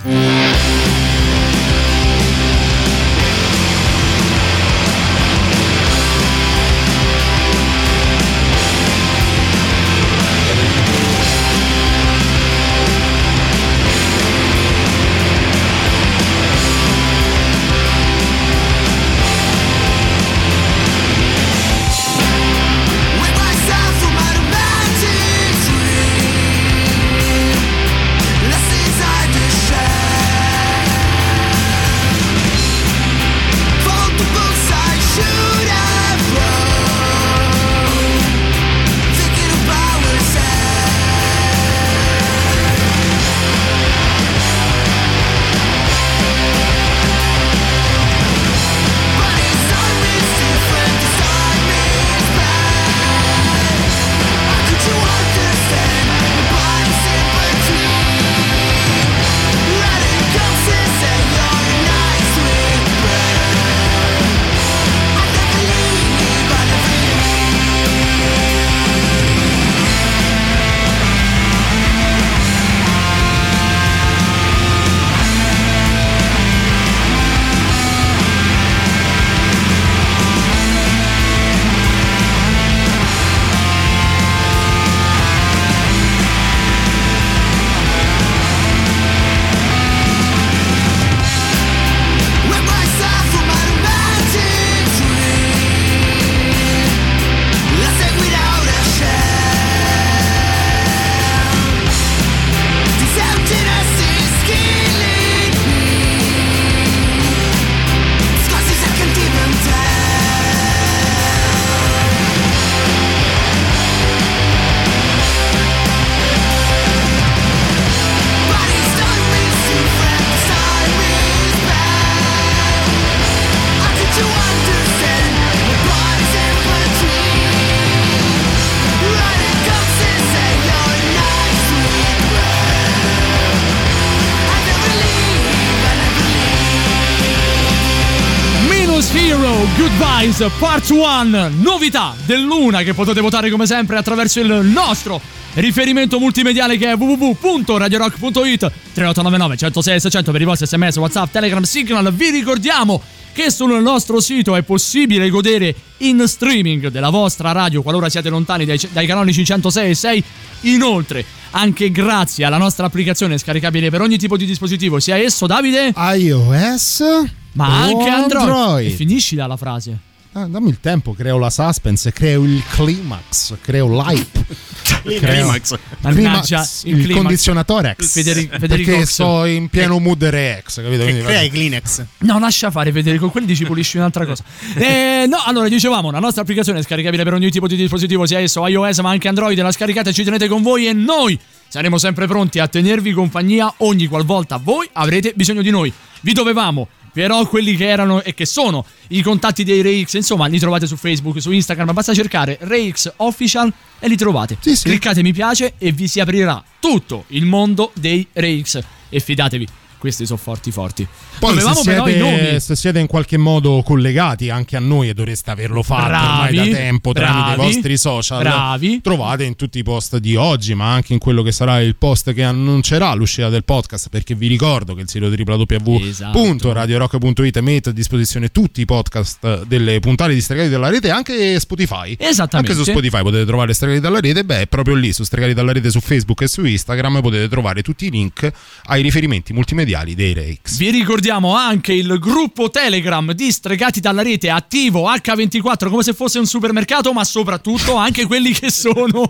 Goodbyes Part uno, novità dell'una che potete votare come sempre attraverso il nostro riferimento multimediale che è w w w punto radio rock punto it. Tre otto nove nove uno zero sei seicento per i vostri sms, WhatsApp, Telegram, Signal. Vi ricordiamo che sul nostro sito è possibile godere in streaming della vostra radio qualora siate lontani dai, dai canonici centosei e sei. Inoltre, anche grazie alla nostra applicazione scaricabile per ogni tipo di dispositivo, sia esso, Davide, iOS, ma anche Android. Android. E finiscila la frase. Ah, dammi il tempo, creo la suspense, creo il climax, creo l'hype. Climax. Mannaggia, il, il condizionatore X. Federico, Federico perché X. sto in pieno mood Rex, capito? Che crea i Kleenex. No, lascia fare Federico, quelli ci pulisci un'altra cosa. eh, no, allora dicevamo, la nostra applicazione è scaricabile per ogni tipo di dispositivo, sia esso iOS ma anche Android. La scaricate, ci tenete con voi e noi saremo sempre pronti a tenervi compagnia ogni qualvolta voi avrete bisogno di noi. Vi dovevamo, però quelli che erano e che sono i contatti dei Ray X, insomma, li trovate su Facebook, su Instagram, basta cercare Ray X Official e li trovate. Sì, sì. Cliccate mi piace e vi si aprirà tutto il mondo dei Ray X e fidatevi, questi sono forti forti. Poi se però i nomi. siete, se siete in qualche modo collegati anche a noi, e dovreste averlo fatto Bravi, ormai da tempo tramite bravi, i vostri social, bravi. trovate in tutti i post di oggi, ma anche in quello che sarà il post che annuncerà l'uscita del podcast, perché vi ricordo che il sito w w w punto radio rock punto it mette a disposizione tutti i podcast delle puntate di Stregati dalla Rete, anche Spotify. Esattamente. Anche su Spotify potete trovare Stregati dalla Rete. Beh, è proprio lì su Stregati dalla Rete su Facebook e su Instagram potete trovare tutti i link ai riferimenti multimediali dei Ray X. Vi ricordiamo anche il gruppo Telegram di Stregati dalla Rete attivo acca ventiquattro come se fosse un supermercato, ma soprattutto anche quelli che sono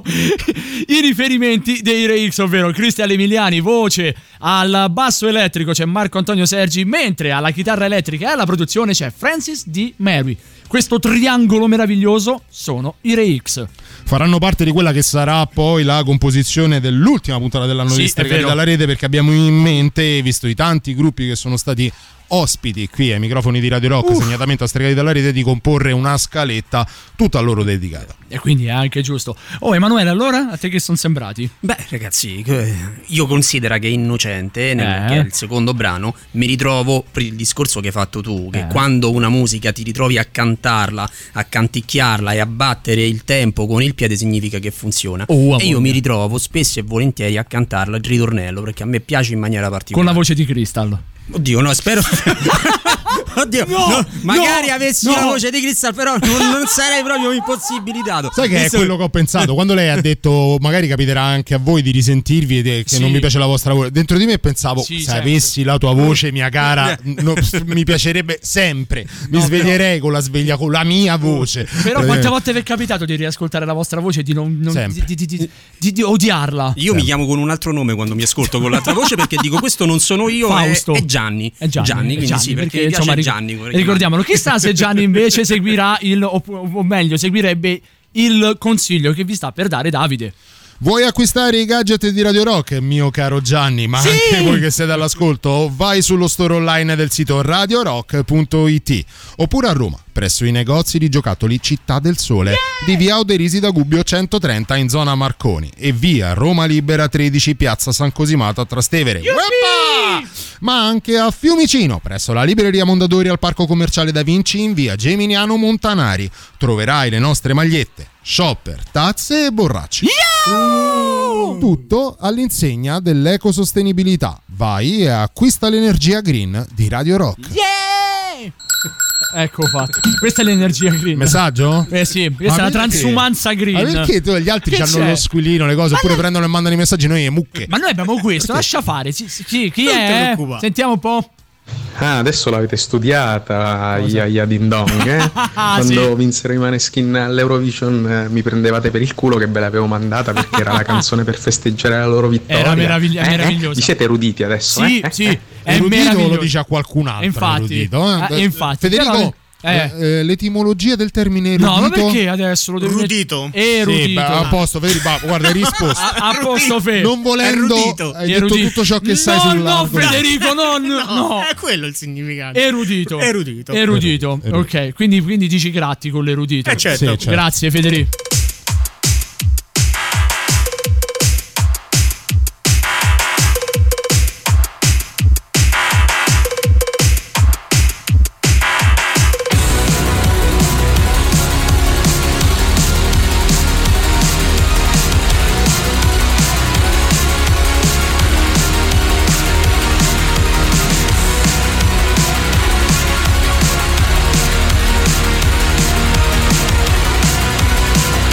i riferimenti dei Ray X, ovvero Cristian Emiliani, voce, al basso elettrico c'è Marco Antonio Sergi, mentre alla chitarra elettrica e alla produzione c'è Francis D. Mary. Questo triangolo meraviglioso sono i Ray X. Faranno parte di quella che sarà poi la composizione dell'ultima puntata dell'anno Sì, di è Stregati vero. dalla Rete, perché abbiamo in mente, visto i tanti gruppi che sono stati ospiti qui ai microfoni di Radio Rock, Uff. segnatamente a Stregati dalla Rete, di comporre una scaletta tutta a loro dedicata. E quindi è anche giusto. Oh Emanuele, allora a te che sono sembrati? Beh, ragazzi, io considero che Innocente, nel, Eh. che è il secondo brano, mi ritrovo per il discorso che hai fatto tu, che Eh. quando una musica ti ritrovi a cantarla, a canticchiarla e a battere il tempo con il piede, significa che funziona. Oh, e io voglia. mi ritrovo spesso e volentieri a cantarla il ritornello, perché a me piace in maniera Con particolare. la voce di Crystal. Oddio, no, spero. Oddio, No, no, magari no, avessi no. la voce di Crystal, però non, non sarei proprio impossibilitato. Sai che è Questo- quello che ho pensato quando lei ha detto magari capiterà anche a voi di risentirvi e che Sì. non mi piace la vostra voce. Dentro di me pensavo, Sì, se certo. avessi la tua voce, mia cara, no, mi piacerebbe sempre. Mi No, sveglierei con la sveglia con la mia voce. Però Eh, quante volte vi è capitato di riascoltare la vostra voce e di, non, non- Sempre. di, di- di- di- di odiarla? Io mi chiamo con un altro nome quando mi ascolto con l'altra voce, perché dico questo non sono io, è, Fausto. è Gianni. È Gianni, è quindi Gianni, sì, perché, perché, mi piace insomma, ric- Gianni. ricordiamolo. Chissà se Gianni invece seguirà il, o, o meglio, seguirebbe il consiglio che vi sta per dare Davide. Vuoi acquistare i gadget di Radio Rock, mio caro Gianni, ma Sì! anche voi che siete all'ascolto? Vai sullo store online del sito radio rock punto it oppure a Roma, presso i negozi di giocattoli Città del Sole di via Oderisi da Gubbio centotrenta in zona Marconi e via Roma Libera tredici piazza San Cosimato a Trastevere. Ueppa! Ma anche a Fiumicino, presso la libreria Mondadori al Parco Commerciale Da Vinci in via Geminiano Montanari. Troverai le nostre magliette, shopper, tazze e borracce. Tutto all'insegna dell'ecosostenibilità. Vai e acquista l'energia green di Radio Rock. Yeah! Ecco fatto. Questa è l'energia green. Messaggio? Eh sì, questa Ma è la perché? transumanza green. Ma perché tu, gli altri Che hanno c'è? lo squillino, le cose, Ma oppure no- prendono e mandano i messaggi, noi e mucche? Ma noi abbiamo questo, lascia fare. Sì, sì, chi chi Non ti è? preoccupare. Sentiamo un po'. Ah, adesso l'avete studiata, Ia Ia Din Dong, eh? Quando Sì. vinsero i Maneskin all'Eurovision eh, mi prendevate per il culo che ve l'avevo mandata perché era la canzone per festeggiare la loro vittoria. Era meravigli- Eh, eh? meravigliosa. Vi siete eruditi adesso, Sì, eh? sì, Eh, è Erudito meraviglioso. lo dice a qualcun altro. Infatti, erudito, eh? eh, infatti, Federico, però- eh. eh, l'etimologia del termine erudito. No, ma perché adesso lo devi Rudito? Erudito. Sì, beh, a posto, Federico, va, guarda, hai risposto. A, a posto Fe. Non volendo, Erudito. hai detto Erudito. tutto ciò che sai no, sul no, largo. Federico, no, no, no. È quello il significato. Erudito. Erudito. Erudito. Erudito. Ok, quindi, quindi dici gratti con l'erudito. Eh, certo. Sì, certo. Grazie Federico. Thank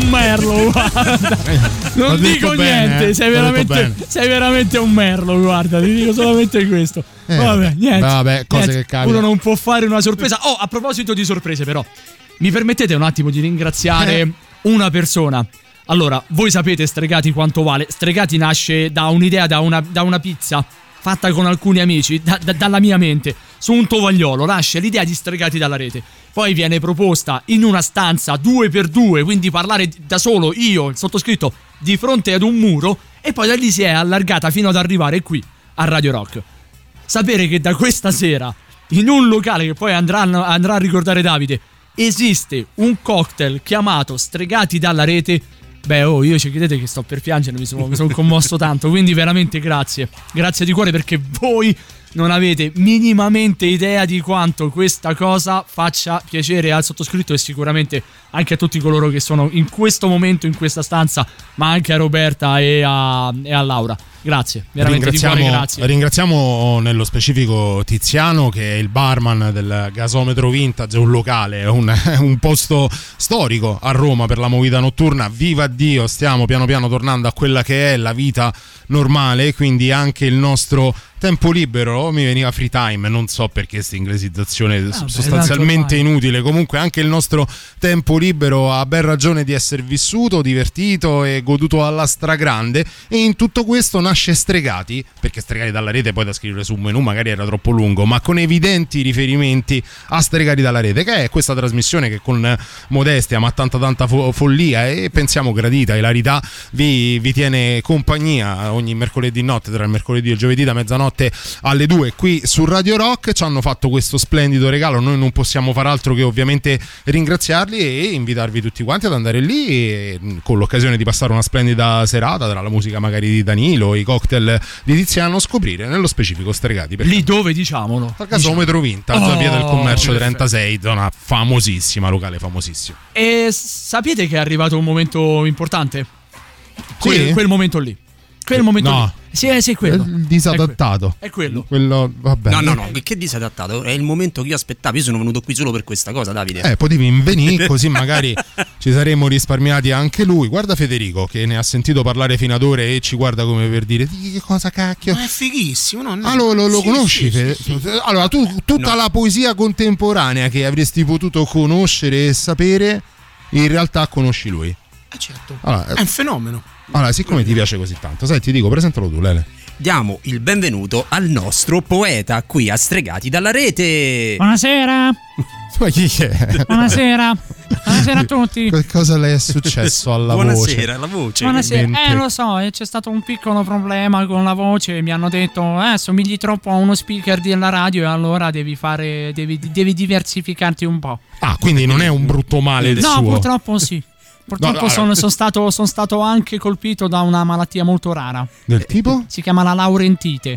un merlo, guarda. Non dico bene, niente, eh? sei L'ho detto veramente, bene. sei veramente un merlo, guarda, ti dico solamente questo. Eh, vabbè, niente. vabbè, cose niente. che capitano. Uno non può fare una sorpresa. Oh, a proposito di sorprese, però, mi permettete un attimo di ringraziare Eh. una persona. Allora, voi sapete Stregati quanto vale? Stregati nasce da un'idea, da una, da una pizza fatta con alcuni amici, da, da, dalla mia mente, su un tovagliolo. Nasce l'idea di Stregati dalla rete. Poi viene proposta in una stanza due per due, quindi parlare da solo, io, il sottoscritto, di fronte ad un muro. E poi da lì si è allargata fino ad arrivare qui, a Radio Rock. Sapere che da questa sera, in un locale che poi andrà, andrà a ricordare Davide, esiste un cocktail chiamato Stregati dalla rete. Beh, oh, io ci credete che sto per piangere, mi sono, mi sono commosso tanto, quindi veramente grazie. Grazie di cuore, perché voi non avete minimamente idea di quanto questa cosa faccia piacere al sottoscritto e sicuramente anche a tutti coloro che sono in questo momento in questa stanza, ma anche a Roberta e a, e a Laura. Grazie, veramente di cuore, grazie. Ringraziamo nello specifico Tiziano, che è il barman del Gasometro Vintage, un locale, un, un posto storico a Roma per la movida notturna. Viva Dio, stiamo piano piano tornando a quella che è la vita normale, quindi anche il nostro tempo libero, mi veniva free time, non so perché questa inglesizzazione Ah, sostanzialmente beh, inutile. Comunque anche il nostro tempo libero ha ben ragione di essere vissuto, divertito e goduto alla stragrande, e in tutto questo nasce Stregati, perché Stregati dalla rete poi da scrivere su un menù magari era troppo lungo, ma con evidenti riferimenti a Stregati dalla rete, che è questa trasmissione che con modestia ma tanta tanta fo- follia e pensiamo gradita ilarità vi, vi tiene compagnia ogni mercoledì notte, tra il mercoledì e il giovedì, da mezzanotte alle due qui su Radio Rock. Ci hanno fatto questo splendido regalo, noi non possiamo far altro che ovviamente ringraziarli e invitarvi tutti quanti ad andare lì e, con l'occasione di passare una splendida serata tra la musica magari di Danilo, i cocktail di Tiziano, scoprire nello specifico Stregati. Lì dove, diciamolo? Al Gasometro Vintage, Oh, via del Commercio perfetto. trentasei, zona famosissima, locale famosissimo. E sapete che è arrivato un momento importante? Quel, Sì? quel momento lì. Quel momento No. lì. Sì, eh, sì, è quello. Il disadattato. È quello. Quello, vabbè. No, no, no, che disadattato? È il momento che io aspettavo. Io sono venuto qui solo per questa cosa, Davide. Eh, potevi venire così magari ci saremmo risparmiati anche lui. Guarda Federico che ne ha sentito parlare fino ad ora e ci guarda come per dire: di che cosa cacchio? Ma è fighissimo, no? no. Ah, lo, lo- lo Sì, conosci? sì, Fede? sì, sì. Allora, tu tutta No. la poesia contemporanea che avresti potuto conoscere e sapere, in realtà conosci lui. Eh, certo. Allora, È un fenomeno. allora, siccome ti piace così tanto, sai, ti dico, presentalo tu, Lele. Diamo il benvenuto al nostro poeta qui a Stregati dalla rete. Buonasera. Ma chi è? Buonasera. Buonasera a tutti. Che cosa le è successo alla Buonasera, voce? la voce. Buonasera. Mente. Eh, lo so, eh, c'è stato un piccolo problema con la voce. Mi hanno detto, eh, somigli troppo a uno speaker della radio e allora devi fare, devi, devi diversificarti un po'. Ah, quindi non è un brutto male del No, suo. purtroppo sì. Purtroppo No, no, sono, no. sono stato, sono stato anche colpito da una malattia molto rara. Del tipo? Si chiama la laurentite.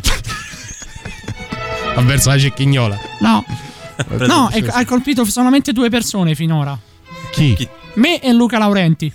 Avverso la cecchignola. No, no, è- ha colpito solamente due persone finora. Chi? Me e Luca Laurenti.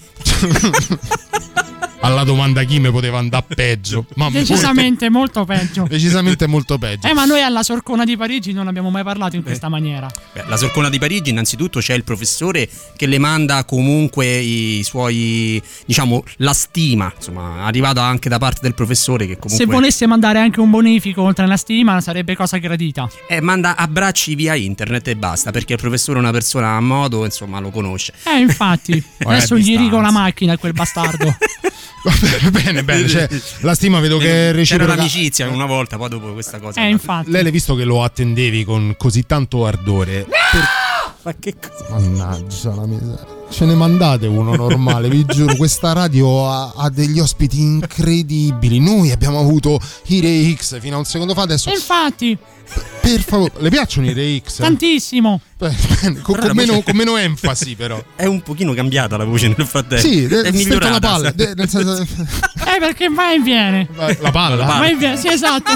Alla domanda chi mi poteva andare peggio. Ma Decisamente molto peggio. molto- decisamente molto peggio. Eh, ma noi alla Sorcona di Parigi non abbiamo mai parlato in questa maniera. Beh, la Sorcona di Parigi, innanzitutto c'è il professore che le manda comunque i suoi, diciamo, la stima, insomma, arrivata anche da parte del professore che comunque Se volesse mandare anche un bonifico oltre alla stima sarebbe cosa gradita. eh, manda abbracci via internet e basta, perché il professore è una persona a modo, insomma, lo conosce. Eh, infatti. Ma è Adesso a gli distanza. rigo la macchina a quel bastardo. bene, bene. Cioè, la stima vedo che è C'era reciproca. l'amicizia una volta, poi dopo questa cosa. Eh, infatti. Lei, visto che lo attendevi con così tanto ardore. per- Ma che cosa? Mannaggia la miseria. Ce ne mandate uno normale, vi giuro. Questa radio ha, ha degli ospiti incredibili. Noi abbiamo avuto i Ray X fino a un secondo fa. Adesso, Infatti, per favore, le piacciono i Ray X? tantissimo. Beh, bene, con, Però con la meno, voce- con meno enfasi, però. È un pochino cambiata la voce nel frattempo. Sì, è de- stretto migliorata. la palla. de- nel senso- Eh, perché vai e viene. la palla. Vai e viene, sì, esatto.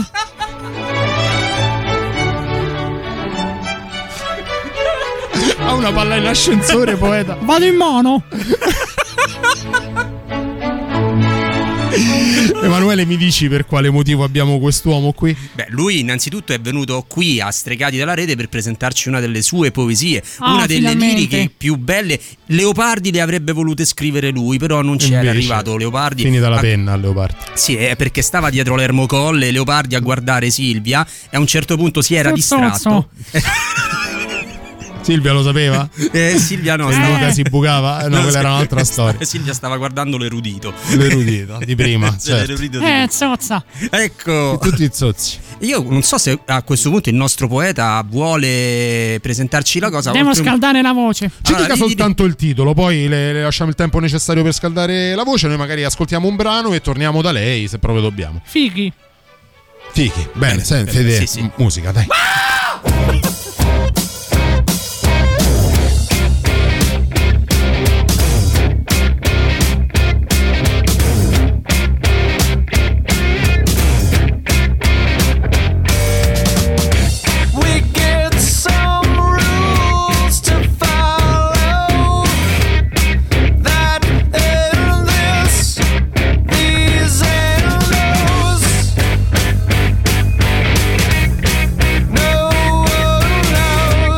Ha una palla in ascensore, poeta. Vado in mono. Emanuele, mi dici per quale motivo abbiamo quest'uomo qui? Beh, lui innanzitutto è venuto qui a Stregati dalla Rete per presentarci una delle sue poesie, Ah, una delle finalmente. liriche più belle. Leopardi le avrebbe volute scrivere lui, però non ci era Invece, arrivato Leopardi. finita la a- penna a Leopardi. Sì, è perché stava dietro l'Ermocolle Leopardi a guardare Silvia e a un certo punto si era Zozzo. distratto. Silvia lo sapeva? Eh, Silvia no, Che stava- Luca si bucava? Eh, no, quella era un'altra storia. Silvia stava guardando l'erudito. L'erudito di prima, Sì, certo. l'erudito di Eh, zozza. Ecco. Tutti zozzi. Io non so se a questo punto il nostro poeta vuole presentarci la cosa. Devo oltre- scaldare la voce. Ci Allora, dica di- soltanto il titolo, poi le, le lasciamo il tempo necessario per scaldare la voce. Noi magari ascoltiamo un brano e torniamo da lei se proprio dobbiamo. Fighi. Fichi, bene, senti, bene, Fede, sì, sì. m- musica, dai. We get some rules to follow that in this, these and those. No one knows.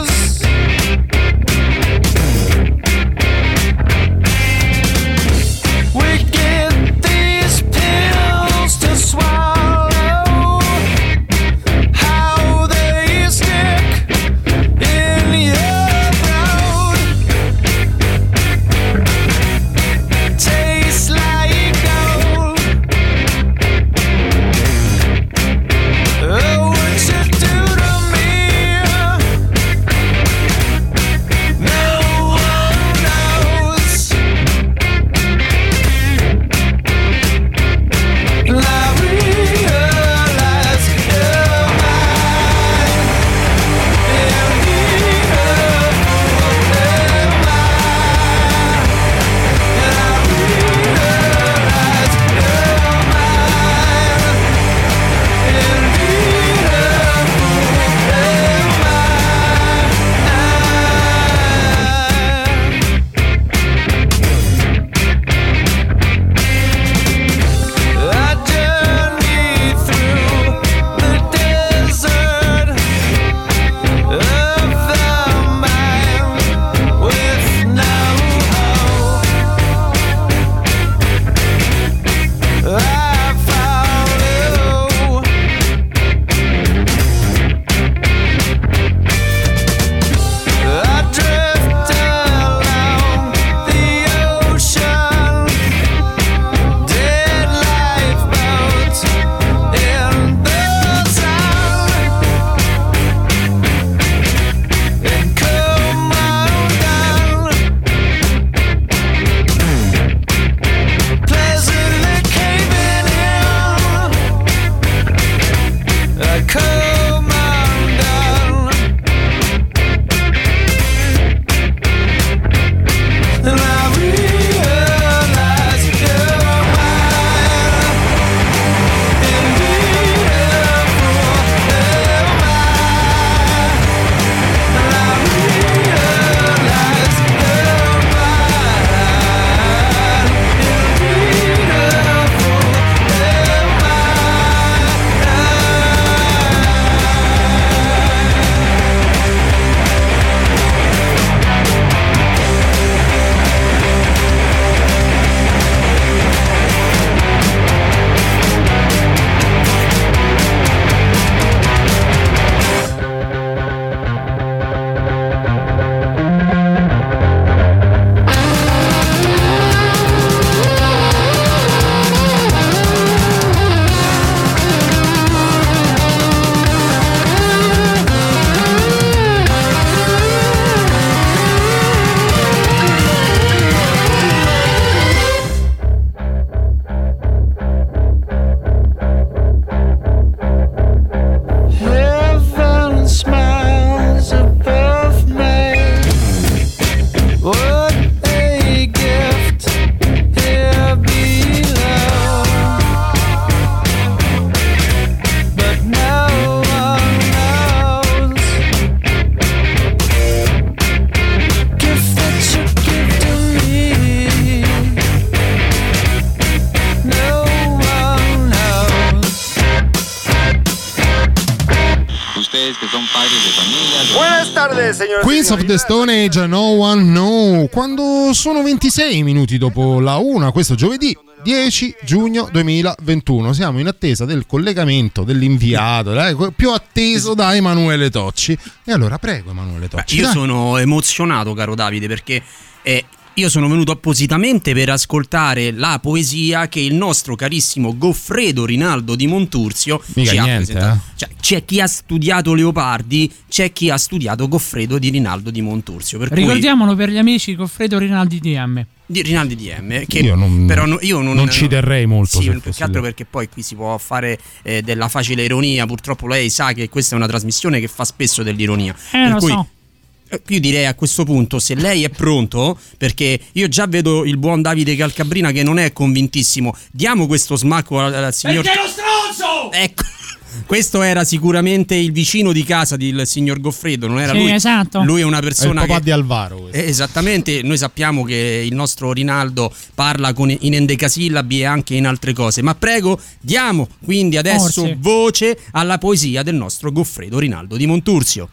ustedes que son padres de familia. Buenas tardes, señores. Queens of the Stone Age, No One Know. Quando sono ventisei minuti dopo la una, questo giovedì dieci giugno duemilaventuno, siamo in attesa del collegamento dell'inviato eh, più atteso da Emanuele Tocci. E allora prego Emanuele Tocci. Beh, io dai. sono emozionato, caro Davide, perché eh, io sono venuto appositamente per ascoltare la poesia che il nostro carissimo Goffredo Rinaldo di Monturzio Mica ci ha niente, presentato. eh. Cioè, c'è chi ha studiato Leopardi, c'è chi ha studiato Goffredo di Rinaldo di Monturzio. Per Ricordiamolo per gli amici, Goffredo Rinaldi D M. Di Rinaldi D M, che io non, però no, io non, non ci terrei molto. Sì, se più che altro perché poi qui si può fare eh, della facile ironia. Purtroppo lei sa che questa è una trasmissione che fa spesso dell'ironia. Eh, per lo cui, so. Io direi a questo punto, se lei è pronto, perché io già vedo il buon Davide Calcabrina che non è convintissimo, diamo questo smacco al, al signor... Perché lo stronzo! Ecco, questo era sicuramente il vicino di casa del signor Goffredo, non era Sì, lui? esatto. Lui è una È il persona papà che... di Alvaro questo. Eh, Esattamente, noi sappiamo che il nostro Rinaldo parla con, in endecasillabi e anche in altre cose, ma prego, diamo quindi adesso Forse. voce alla poesia del nostro Goffredo Rinaldo di Monturzio.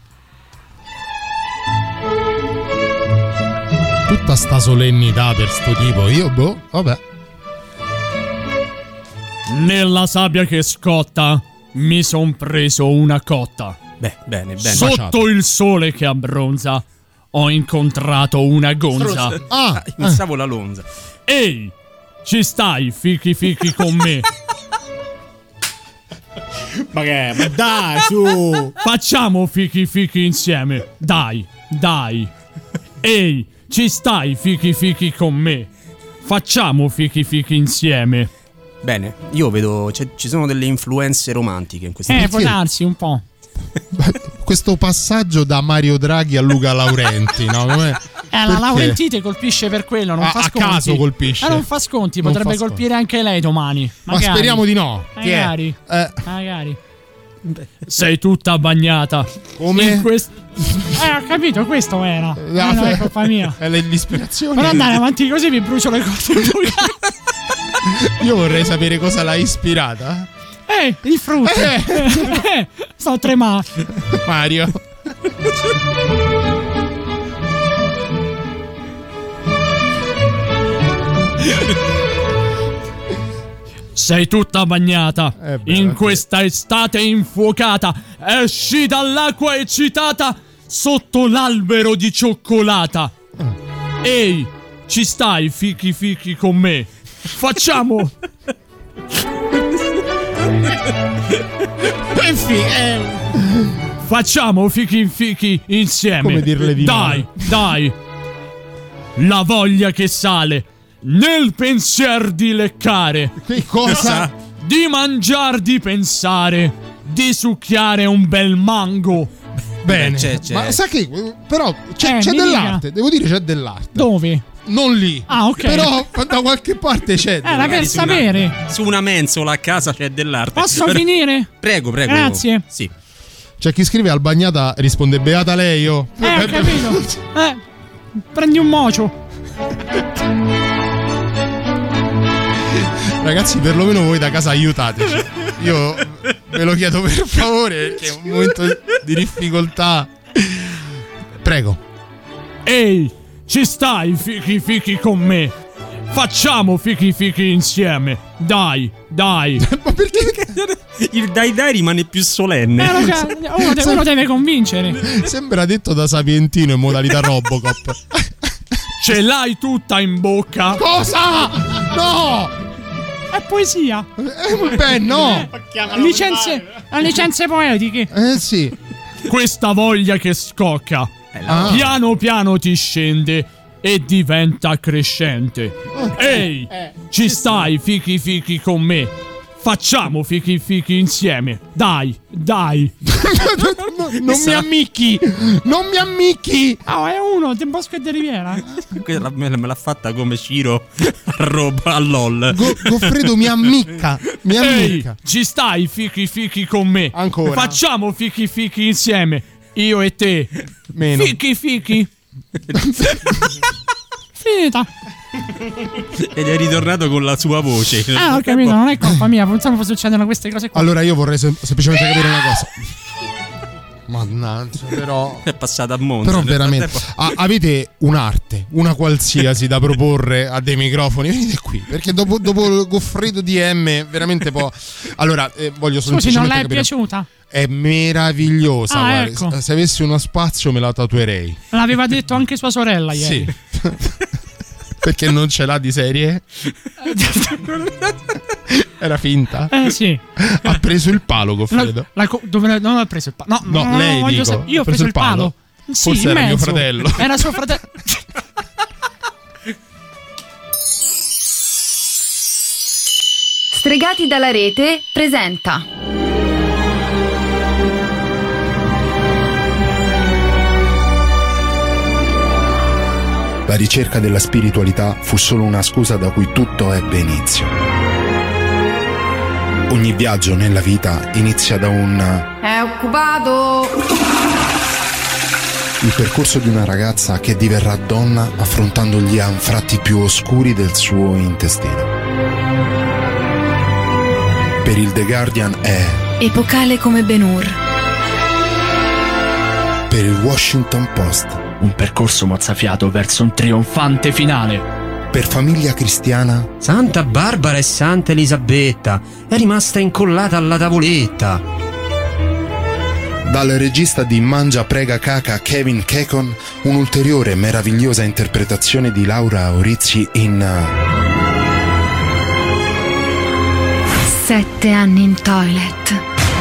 Tutta sta solennità per sto tipo, io boh, vabbè. Nella sabbia che scotta mi son preso una cotta. Beh, bene, bene. Sotto il sole che abbronza ho incontrato una gonza. Ah, pensavo la lonza. Ehi, ci stai fichi fichi con me? Ma che? Ma dai, su! Facciamo fichi fichi insieme. Dai, dai. Ehi, ci stai fichi fichi con me? Facciamo fichi fichi insieme. Bene, io vedo c'è- ci sono delle influenze romantiche in questa Eh, può darsi un po'. Questo passaggio da Mario Draghi a Luca Laurenti, no? Com'è? Eh, la Perché? Laurentite colpisce per quello, non A- fa a sconti. caso colpisce. Eh, non fa sconti, Non potrebbe fa sconti. colpire anche lei domani. Ma Magari. speriamo di no. Chi è? Magari. Eh. Magari. Sei tutta bagnata. Come? In quest- Eh, ho capito, questo era. Eh, no, è colpa mia. È l'ispirazione. Per andare avanti così mi brucio le cose in bocca. Io vorrei sapere cosa l'ha ispirata. Eh, il frutto. Eh. Eh, sto tremando. Mario. Sei tutta bagnata. Eh beh, in vabbè. questa estate infuocata. Esci dall'acqua eccitata sotto l'albero di cioccolata. Ehi, ci stai fichi fichi con me? Facciamo. Facciamo fichi fichi insieme. Come dirle di no. Dai, dai. La voglia che sale nel pensier di leccare. Che cosa? Di mangiar, di pensare, di succhiare un bel mango. Bene. C'è- c'è- Ma sa che però c'è, Eh, c'è mi dell'arte, devo dire c'è dell'arte. Dove? Non lì. Ah, ok. Però da qualche parte c'è. Era dell'arte. per su una- sapere. Su una mensola a casa c'è dell'arte. Posso Però- finire? Prego, prego. Grazie. Sì. C'è chi scrive al bagnata risponde beata lei oh. Eh, ho capito. Eh, prendi un mocio. Ragazzi, perlomeno voi da casa aiutateci. Io ve lo chiedo per favore perché è un momento di difficoltà. Prego. Ehi, ci stai fichi fichi con me? Facciamo fichi fichi insieme. Dai, dai. Ma perché? Il dai dai rimane più solenne. Eh, raga, uno, deve, uno deve convincere. Sembra detto da Sapientino in modalità Robocop. Ce l'hai tutta in bocca. Cosa? No! È poesia. Eh, beh, no. Licenze, licenze poetiche. Eh sì. Questa voglia che scocca Ah. piano piano ti scende e diventa crescente. Ehi, ci stai fichi fichi con me? Facciamo fichi fichi insieme. Dai, dai. Non mi ammicchi! Non mi ammicchi! Oh, è uno del Bosco e di Riviera. Quella me, me l'ha fatta come Ciro a roba a LOL. Go- Goffredo mi ammicca! Mi Ehi, ammicca! ci stai fichi fichi con me? Ancora. Facciamo fichi fichi insieme. Io e te. Meno. Fichi fichi. Finita. Ed è ritornato con la sua voce. Ah, ho capito, non è colpa mia. Pensavo succedano queste cose qua. Allora io vorrei sem- semplicemente capire una cosa. Mannaggia, però è passata a monte. Però veramente a- avete un'arte, una qualsiasi da proporre a dei microfoni. Venite qui, perché dopo, dopo il Goffredo D M veramente po'. Allora, eh, voglio Scusi, non semplicemente le è capire. piaciuta? È meravigliosa, Ah, guarda. ecco. Se avessi uno spazio me la tatuerei. L'aveva detto anche sua sorella ieri. Sì. Perché non ce l'ha di serie? Era finta? Eh sì. Ha preso il palo, Goffredo. La, la, co- dove non ha preso il palo? No, No, no, lei voglio dico, sa- io ho ha preso il palo. Sì, Forse in era mio mezzo. fratello. Era suo fratello. Stregati dalla rete presenta La ricerca della spiritualità fu solo una scusa da cui tutto ebbe inizio. Ogni viaggio nella vita inizia da un... È occupato! il percorso di una ragazza che diverrà donna affrontando gli anfratti più oscuri del suo intestino. Per il The Guardian è... epocale come Ben-Hur. Per il Washington Post. Un percorso mozzafiato verso un trionfante finale. Per Famiglia Cristiana. Santa Barbara e Santa Elisabetta è rimasta incollata alla tavoletta. Dal regista di Mangia Prega Caca Kevin Kekon, un'ulteriore meravigliosa interpretazione di Laura Aurizi in Sette anni in toilet.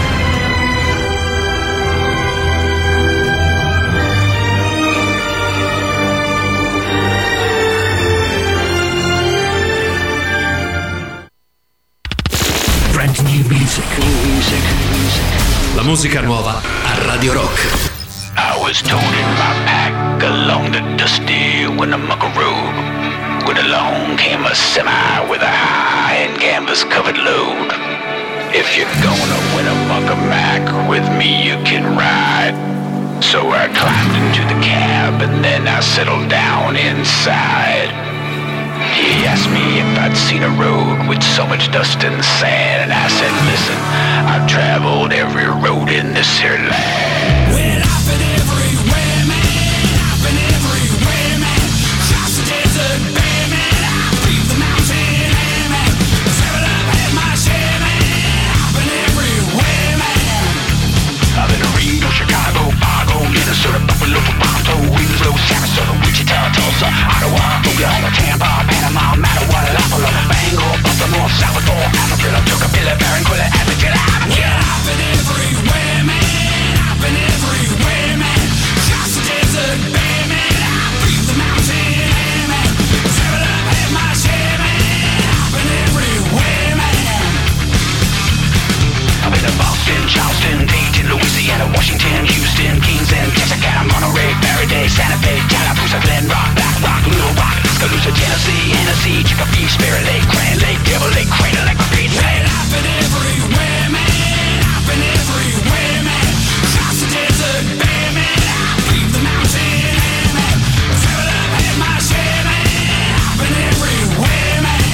Brand new music. La musica nuova a Radio Rock. I was toting my pack along the dusty Winnemucca Road, when along came a semi with a high and canvas covered load. If you're gonna Winnemucca Mac with me, you can ride. So I climbed into the cab and then I settled down inside. He asked me if I'd seen a road with so much dust and sand, and I said, listen, I've traveled every road in this here land. Well, I've been everywhere, man, I've been everywhere, man. Across the desert, bare, man, I breathe the mountain air, man. Travel up, had my share, man, I've been everywhere, man. I've been to Reno, Chicago, Fargo, Minnesota, Buffalo, Toronto, Winslow, Sarasota, Wichita, Tulsa, Ottawa, Oklahoma, Tampa, Panama, Mattawa, Bangor, Baltimore, Salvador, Amarillo, Tucapilla, Barranquilla, Abigail. Yeah, I've been everywhere, man. I've been everywhere, man. Across the desert, bare, man. I breathe the mountain air, man. Travel up, had my share, man. I've been everywhere, man. I've been to Boston, Charleston, Dayton, Louisiana, Washington, Houston, Kings and Texarkana, Monterey, Faraday, Santa Fe, Tallapoosa, Glen Rock, Black Rock, Little Rock, Tuscaloosa, Tennessee, Hennessy, Chicopee, Spirit Lake, Grand Lake, Devil Lake, Crater Lake, Green Lake. I've been everywhere, man. I've been everywhere, man. Across the desert, bare, man. I breathe the mountain air, man. Travel up, had my share, man. I've been everywhere, man.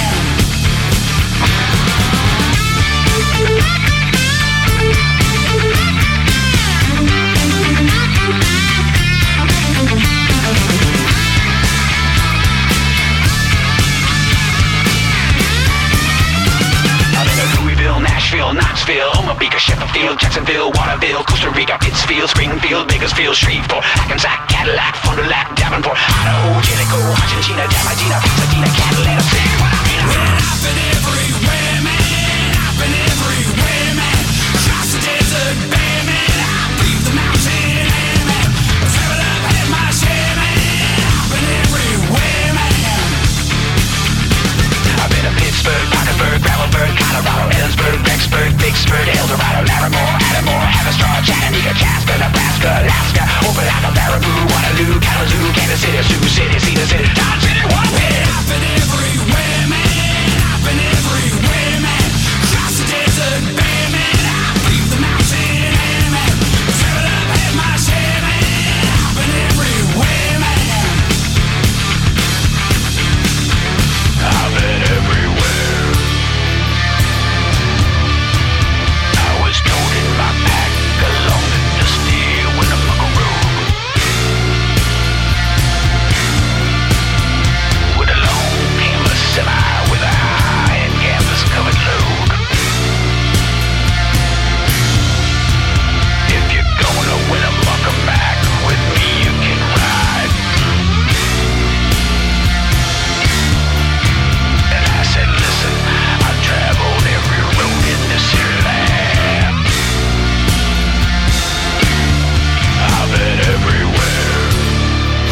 Nashville, Knoxville, Omaha, Sheffield, Jacksonville, Waterville, Costa Rica, Pittsfield, Springfield, Bakersfield, Shreveport, Hackensack, Cadillac, Fond du Lac, Davenport, Idaho, Jellicoe, Argentina, Diamantina, Pasadena, Catalina, see what I mean? Well, I've been everywhere, man. I've been everywhere, man. Across the desert, bare, man. I breathe the mountain air, man. Travel up, had my share, man. I've been everywhere, man. I've been to Pittsburgh, Parkersburg, Gravelburg, Colorado, Ellensburg, Rexburg, Vicksburg, Eldorado, Larimore, Adamore, Haverstraw, Chattanooga, Jasper, Nebraska, Alaska, Opelika, Baraboo, Waterloo, Kalamazoo,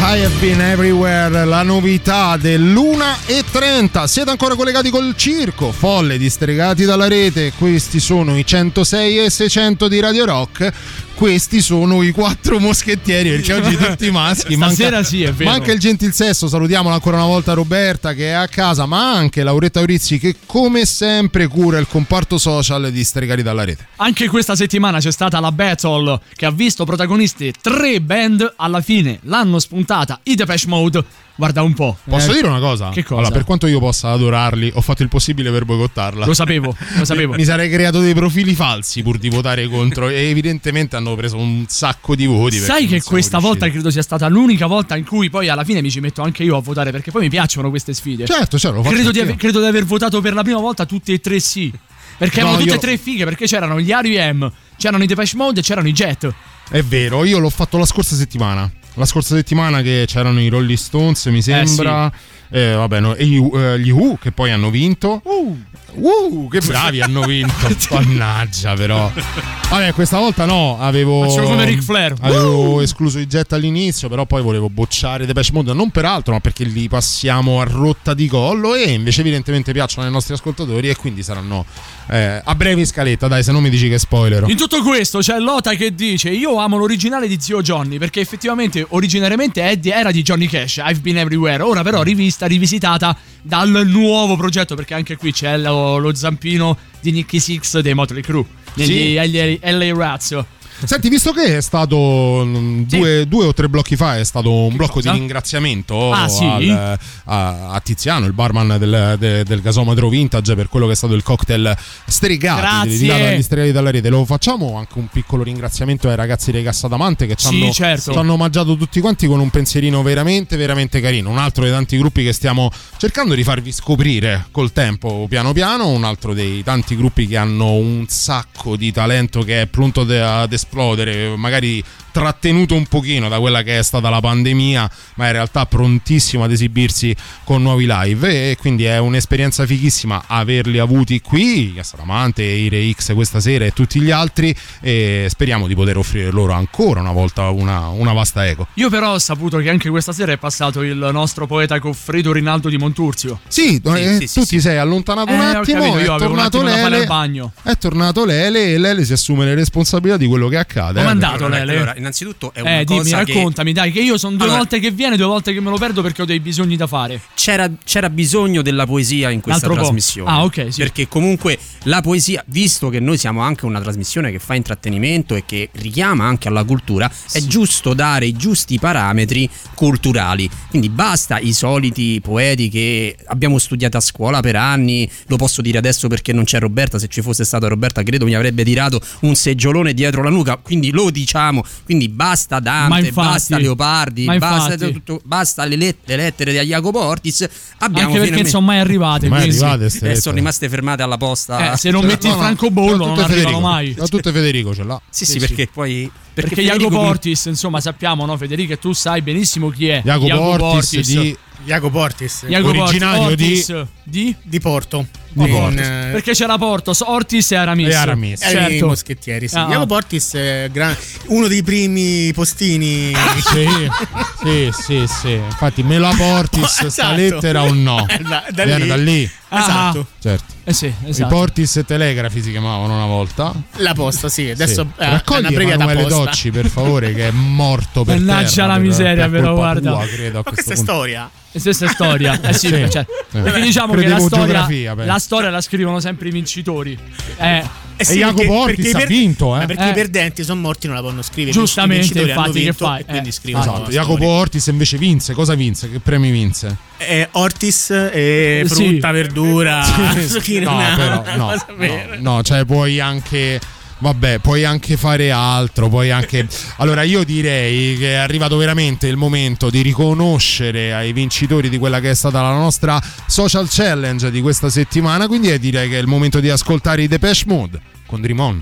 I Have Been Everywhere, la novità dell'una e trenta. Siete ancora collegati col circo folle distregati dalla rete. Questi sono i centosei e seicento di Radio Rock. Questi sono i quattro moschettieri, perché oggi tutti maschi. Stasera manca, sì, è vero. manca il gentil sesso. Salutiamola ancora una volta Roberta che è a casa, ma anche Lauretta Urizzi che come sempre cura il comparto social di Stregati dalla rete. Anche questa settimana c'è stata la battle che ha visto protagonisti tre band. Alla fine l'hanno spuntata i Depeche Mode. Guarda un po'. Posso eh, dire una cosa? Che cosa? Allora, per quanto io possa adorarli, ho fatto il possibile per boicottarla. Lo sapevo, lo sapevo. Mi sarei creato dei profili falsi pur di votare contro e evidentemente hanno preso un sacco di voti. Sai che questa riusciti. volta credo sia stata l'unica volta in cui poi alla fine mi ci metto anche io a votare, perché poi mi piacciono queste sfide. Certo, certo, lo faccio credo, di anch'io. ave- credo di aver votato per la prima volta tutti e tre sì. Perché No, erano tutte io- e tre fighe, perché c'erano gli R E M, c'erano i Depeche Mode e c'erano i Jet. È vero, io l'ho fatto la scorsa settimana. La scorsa settimana che c'erano i Rolling Stones, mi sembra. Eh, vabbè, no, e gli, eh, gli U che poi hanno vinto. Uh. Uh, che bravi hanno vinto. Mannaggia, però. Vabbè, questa volta no, avevo Faccio come Ric Flair. Avevo Uh. escluso i Jet all'inizio, però poi volevo bocciare Depeche Mode, non per altro, ma perché li passiamo a rotta di collo e invece evidentemente piacciono ai nostri ascoltatori e quindi saranno eh, a breve in scaletta, dai, se non mi dici che spoiler. In tutto questo c'è Lota che dice: io amo l'originale di Zio Johnny, perché effettivamente originariamente Eddie era di Johnny Cash, I've Been Everywhere. Ora però rivista, rivisitata dal nuovo progetto, perché anche qui c'è lo, lo zampino di Nicky Six dei Motley Crue negli Sì. L A Rats. Senti, visto che è stato mh, due, due o tre blocchi fa, è stato un blocco cosa? di ringraziamento Ah, sì? al- a, a Tiziano, il barman del, de- del gasometro vintage, per quello che è stato il cocktail Stregati, Grazie. dedicato agli Stregati dalla rete. Lo facciamo anche un piccolo ringraziamento ai ragazzi dei Cassadamante che ci Sì, hanno, certo. ci hanno omaggiato tutti quanti con un pensierino veramente veramente carino. Un altro dei tanti gruppi che stiamo cercando di farvi scoprire col tempo, piano piano. Un altro dei tanti gruppi che hanno un sacco di talento che è pronto de- ad esplodere, magari trattenuto un pochino da quella che è stata la pandemia, ma in realtà prontissimo ad esibirsi con nuovi live, e quindi è un'esperienza fighissima averli avuti qui, Cassaramante, Ire X questa sera e tutti gli altri, e speriamo di poter offrire loro ancora una volta una, una vasta eco. Io però ho saputo che anche questa sera è passato il nostro poeta Goffredo Rinaldo di Monturzio. Sì, Sì, eh, sì, sì, tu sì. ti sei allontanato Eh, un ho attimo, capito, io è avevo un tornato attimo da fare Lele, al bagno. è tornato Lele e Lele si assume le responsabilità di quello che accade. Come è eh, andato perché- Lele? Allora, innanzitutto è una Eh, dimmi, cosa che raccontami, dai, che io sono due Allora- volte che viene, due volte che me lo perdo perché ho dei bisogni da fare. c'era, c'era bisogno della poesia in questa L'altro po'. trasmissione. Ah, ok, sì. Perché comunque la poesia, visto che noi siamo anche una trasmissione che fa intrattenimento e che richiama anche alla cultura, è giusto dare i giusti parametri culturali. Quindi basta i soliti poeti che abbiamo studiato a scuola per anni. Lo posso dire adesso perché non c'è Roberta. Se ci fosse stata Roberta credo mi avrebbe tirato un seggiolone dietro la nuca. Quindi lo diciamo. Quindi basta Ma Dante, infatti, basta Leopardi, ma basta, infatti. tutto, basta le, let- le lettere di Jacopo Ortis. Abbiamo Anche perché non finalmente- sono mai arrivate. Mai quindi- arrivate ste eh, lettere. sono rimaste fermate alla posta. Eh, se non metti il francobollo non tutte arrivano Federico. mai. Da tutte Federico ce l'ha. Sì, sì, Sì, perché poi Perché, Federico Jacopo com- Ortis, insomma, sappiamo, no, Federico, e tu sai benissimo chi è. Jacopo Ortis di Jacopo Ortis, Jacopo originario Ortis, di di Porto. Di In, Porto. eh, Perché c'era Portos, Ortis e Aramis. E Aramis. Era i Certo. moschettieri, sì. Ah. Jacopo Ortis è gran- uno dei primi postini. Sì, sì, sì, sì. Infatti me la portis sta Esatto. lettera o no? Eh, da- da Viene lì. da lì. Esatto. Certo. Eh sì, I esatto. portis telegrafi si chiamavano una volta. La posta, sì. Adesso Sì. è una Raccogli abbreviata Emanuele posta. Docci, per favore, che è morto per Mannaggia terra, la per- miseria, per però, colpa guarda. tua, credo, a Ma questo questa è punto. storia. E questa è storia. Eh sì, Sì. cioè, Eh. perché diciamo che la Credevo storia, geografia, penso. la storia la scrivono sempre i vincitori. Eh, Eh sì, E Jacopo perché- Ortis perché i ha per- vinto, eh. ma perché Eh. i perdenti sono morti, non la possono scrivere. Giustamente, I vincitori hanno infatti, che vinto fai? e quindi Eh. scrivono. Esatto. la Jacopo storia. Ortis invece vinse. Cosa vinse? Che premi vinse? Eh, Ortis e Sì. frutta, verdura, Sì. zucchine, No, una- però, una no, cosa no, vera. no, cioè puoi anche. Vabbè, puoi anche fare altro, puoi anche. Allora, io direi che è arrivato veramente il momento di riconoscere ai vincitori di quella che è stata la nostra social challenge di questa settimana. Quindi eh, direi che è il momento di ascoltare i Depeche Mode con Dream On.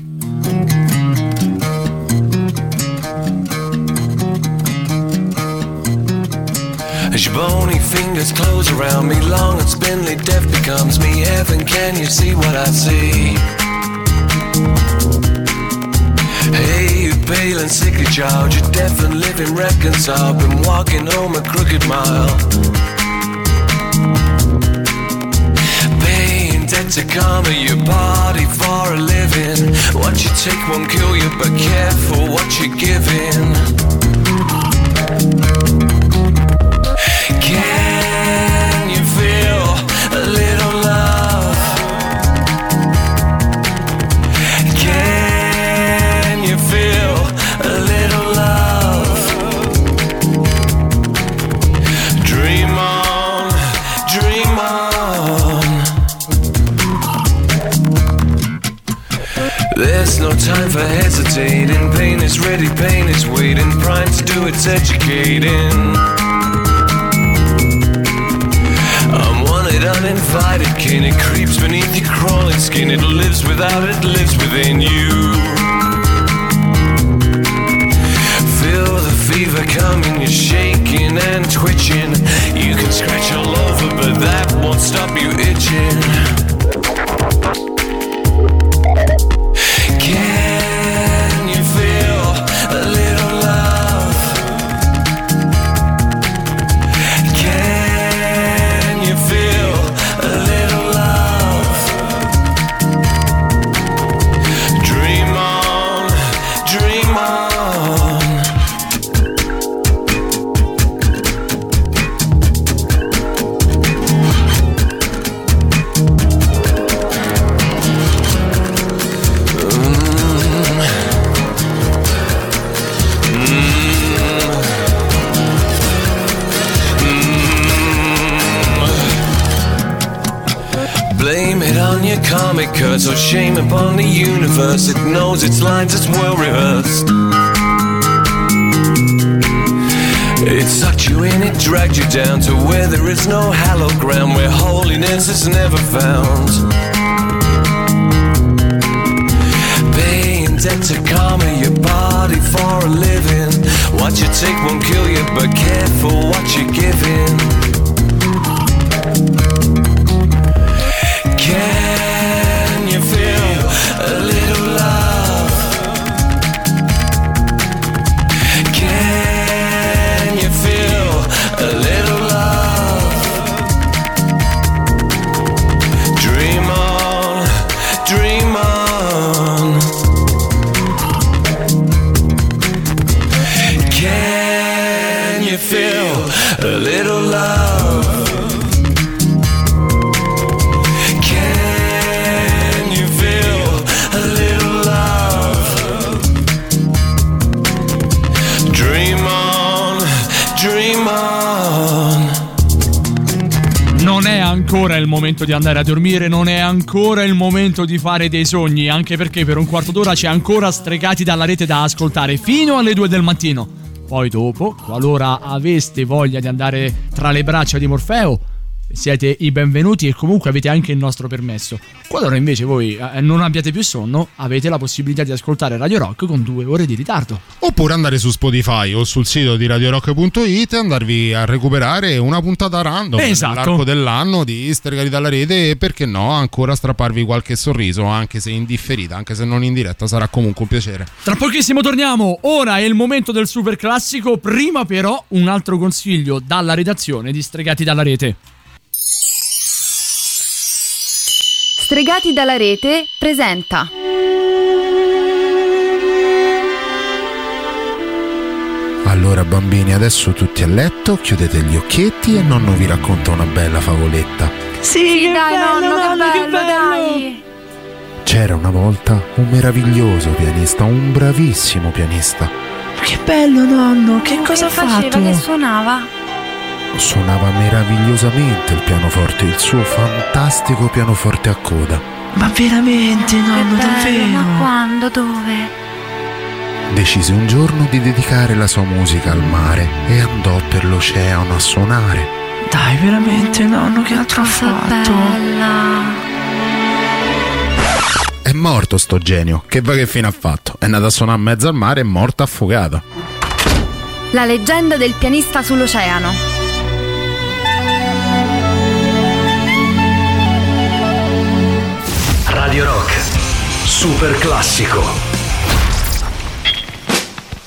As your bony fingers close around me, long and spindly, death becomes me. Heaven, can you see what I see? Hey, you pale feeling sickly child. You're deaf and living reconciled. Been walking home a crooked mile. Paying debt to karma, your body for a living. What you take won't kill you, but careful what you're giving. Can you feel a little love? Can you feel a little love? Dream on, dream on. There's no time for hesitating. Pain is ready, pain is waiting. Prime to do its educating. I'm wanted, uninvited kin. It creeps beneath your crawling skin. It lives without, it lives within you. Feel the fever coming, you're shaking and twitching. You can scratch all over, but that won't stop you itching. Can you feel a little love? Can you feel a little love? Dream on, dream on. Blame it on your comic curse, or shame upon the universe. It knows its lines, it's well rehearsed. It sucked you in, it dragged you down to where there is no hallowed ground, where holiness is never found. Paying debt to karma, your body for a living. What you take won't kill you, but careful what you're giving. Can you feel a little love? Can you feel a little love? Dream on, dream on. Can you feel a little love? Non è ancora il momento di andare a dormire, non è ancora il momento di fare dei sogni, anche perché per un quarto d'ora c'è ancora Stregati dalla Rete da ascoltare fino alle due del mattino. Poi dopo, qualora aveste voglia di andare tra le braccia di Morfeo, siete i benvenuti e comunque avete anche il nostro permesso. Qualora invece voi eh, non abbiate più sonno, avete la possibilità di ascoltare Radio Rock con due ore di ritardo. Oppure andare su Spotify o sul sito di radio rock punto it e andarvi a recuperare una puntata random esatto. nell'arco dell'anno di Stregati dalla Rete, e perché no ancora strapparvi qualche sorriso, anche se in differita, anche se non in diretta, sarà comunque un piacere. Tra pochissimo torniamo, ora è il momento del super classico, prima però un altro consiglio dalla redazione di Stregati dalla Rete. Stregati dalla Rete presenta Allora bambini, adesso tutti a letto, chiudete gli occhietti e nonno vi racconta una bella favoletta. Sì, sì dai bello, nonno, che bello, che bello, dai. C'era una volta un meraviglioso pianista, un bravissimo pianista. Che bello nonno, che cosa che ha fatto? Faceva, che suonava? Suonava meravigliosamente il pianoforte, il suo fantastico pianoforte a coda. Ma veramente nonno, che bello, davvero? Ma quando, dove? Decise un giorno di dedicare la sua musica al mare e andò per l'oceano a suonare. Dai, veramente nonno, che altro ha fatto? Bella. È morto sto genio, che va che fine ha fatto? È andato a suonare in mezzo al mare e è morto affogata. La leggenda del pianista sull'oceano. Radio Rock, super classico.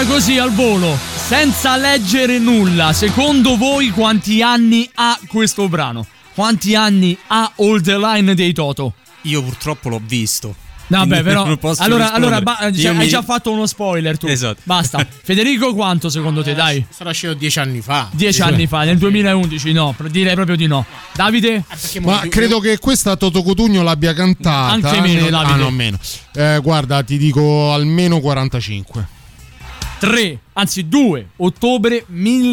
così al volo, senza leggere nulla, secondo voi quanti anni ha questo brano? Quanti anni ha All the Line dei Toto? Io purtroppo l'ho visto. No, beh, però non posso allora, allora ba- rispondere. cioè, Io hai mi- già fatto uno spoiler tu. Esatto. Basta. Federico, quanto secondo te? Dai. Sarà uscito dieci anni fa. Dieci anni fa, nel duemilaundici, no, direi proprio di no. Davide? Ma credo che questa Toto Cotugno l'abbia cantata. Anche meno, nel- Davide. Ah, no, meno. Eh, guarda, ti dico almeno quarantacinque. tre, anzi due ottobre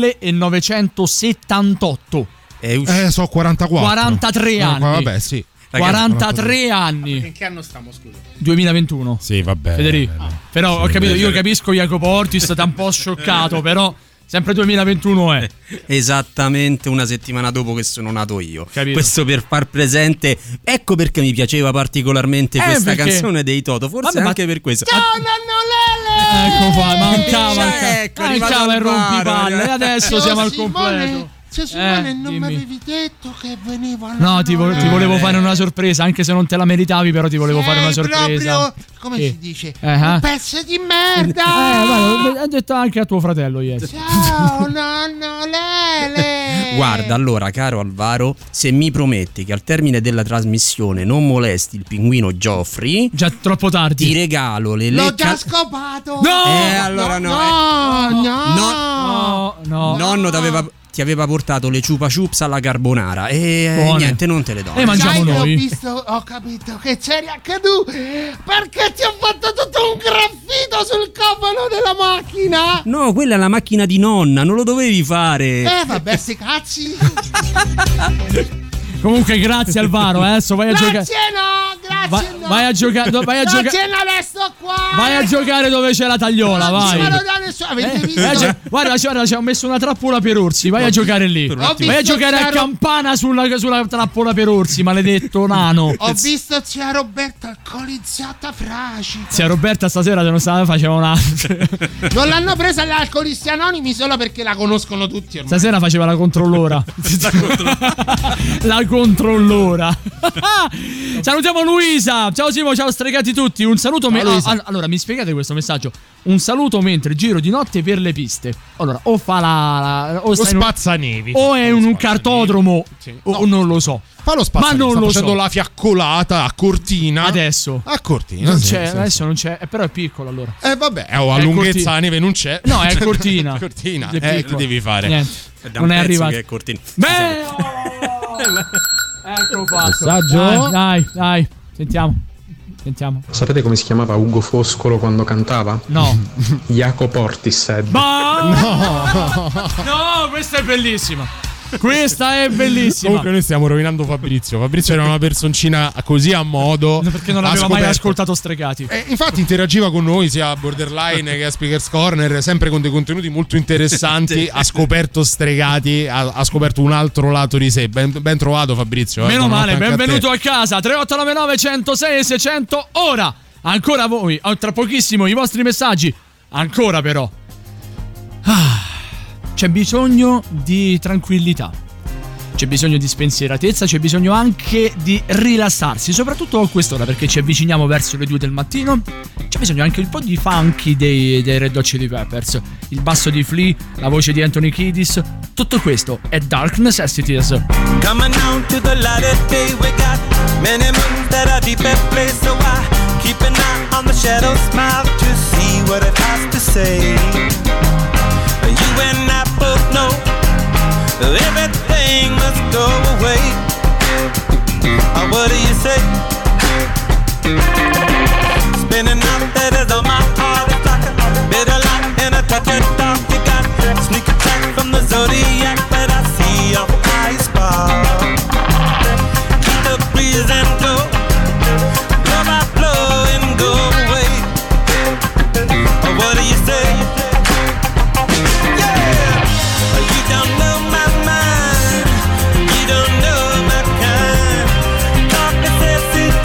millenovecentosettantotto. Eh, so quarantaquattro. quarantatré Eh, anni. vabbè, sì. quarantatré anni. In che anno stiamo, scusa? duemilaventuno. Sì, vabbè. Federico. Però ho capito, io capisco Jacopo Ortis, sta un po' scioccato, però sempre duemilaventuno è. Esattamente una settimana dopo che sono nato io. Capito. Questo per far presente. Ecco perché mi piaceva particolarmente Eh, questa perché- canzone dei Toto. Forse Vabbè, ma- anche per questo. Ciao nonno Lele! Ecco qua, mancava, Cioè, ecco, è mancava il arrivato al bar, rompipalle. E adesso Ciao, siamo al Simone. completo. Ciao Simone, Eh, non dimmi. mi avevi detto che venivo al No, ti, vo- nonno ti volevo Lele? fare una sorpresa, anche se non te la meritavi, però ti volevo fare una Sei sorpresa. proprio, come Sì. si dice, Eh, eh. un pezzo di merda! Eh, guarda, ha detto anche a tuo fratello ieri. Ciao nonno Lele! Guarda, allora, caro Alvaro, se mi prometti che al termine della trasmissione non molesti il pinguino Geoffrey, già troppo tardi. Ti regalo le L'ho lecca. già scopato! No! Eh, allora no. No, no, No, no. Nonno t'aveva- ti aveva portato le chupa chups alla carbonara e eh, Buone. niente, non te le do. E mangiamo Sai che noi. ho visto, ho capito che c'eri anche tu, perché ti ho fatto tutto un graffito sul cofano della macchina! No, quella è la macchina di nonna, non lo dovevi fare. Eh vabbè, sti cazzi! Comunque, grazie Alvaro, eh, adesso vai a giocare. Grazie no, grazie Vai, no! vai a giocare. Vai a giocare. Grazie no, adesso qua! Vai a giocare dove c'è la tagliola, Non vai. ce lo dà nessuno, avete Eh, visto? vai a gio- guarda, guarda, ci ho messo una trappola per orsi. Vai a giocare lì. Ho Vai a visto giocare a Chiaro- campana sulla, sulla trappola per orsi, maledetto nano. Ho visto zia Roberta alcolizzata fracica. Zia Roberta stasera se non stava faceva una. Non l'hanno presa gli alcolisti anonimi solo perché la conoscono tutti ormai. Stasera faceva la controllora. La controllora. Salutiamo Luisa. Ciao Simo, ciao stregati tutti. Un saluto. me- Luisa. ah, allora, mi spiegate questo messaggio? Un saluto mentre giro di notte per le piste. Allora, o fa la. la- o Lo sta in un- spazzanevi. o è in un cartodromo. O non lo so. Fa lo spazio. Ma non sta lo facendo so. la fiaccolata a Cortina. Adesso. A Cortina. Non sì, c'è, sì, sì. adesso non c'è. eh, Però è piccolo allora. Eh vabbè, oh, a È lunghezza Cortina. la neve non c'è. No, è Cortina. Cortina. È Eh, che piccolo. devi fare? Niente. È da Non un è pezzo arrivato. che è cortino. Beh, ecco fatto. Messaggio? Dai, dai, dai. Sentiamo. Sentiamo. Sapete come si chiamava Ugo Foscolo quando cantava? No. Jacopo Ortised. Ma no! No, questa è bellissima. Questa è bellissima. Comunque noi stiamo rovinando Fabrizio. Fabrizio era una personcina così a modo. Perché non ha aveva mai scoperto- ascoltato Stregati. Eh, infatti interagiva con noi sia a Borderline che a Speakers Corner, sempre con dei contenuti molto interessanti. Ha scoperto Stregati, ha, ha scoperto un altro lato di sé. Ben, ben trovato Fabrizio. eh, Meno buonanotte male, anche a te. benvenuto a casa. tre otto nove nove uno zero sei sei zero zero. Ora, ancora voi. oh, Tra pochissimo i vostri messaggi. Ancora però. Ah, c'è bisogno di tranquillità. C'è bisogno di spensieratezza, c'è bisogno anche di rilassarsi, soprattutto a quest'ora perché ci avviciniamo verso le due del mattino. C'è bisogno anche un po' di funky dei, dei Red Hot Chili Peppers, il basso di Flea, la voce di Anthony Kiedis. Tutto questo è Dark Necessities. Coming down to the light of day, we got many moons that are deep at play. So I keep an eye on the shadow, smile to see what it has to say. You and I both know everything must go away. Oh, what do you say? Spinning out that is on my heart. It's like a bitter light and a touch of dark. You got sneak attack from the zodiac, but I see your eyes spark. Keep the breeze and go, blow by blow and go away. Oh, what do you say? Yeah, you don't know my mind, you don't know my kind. Dark necessities.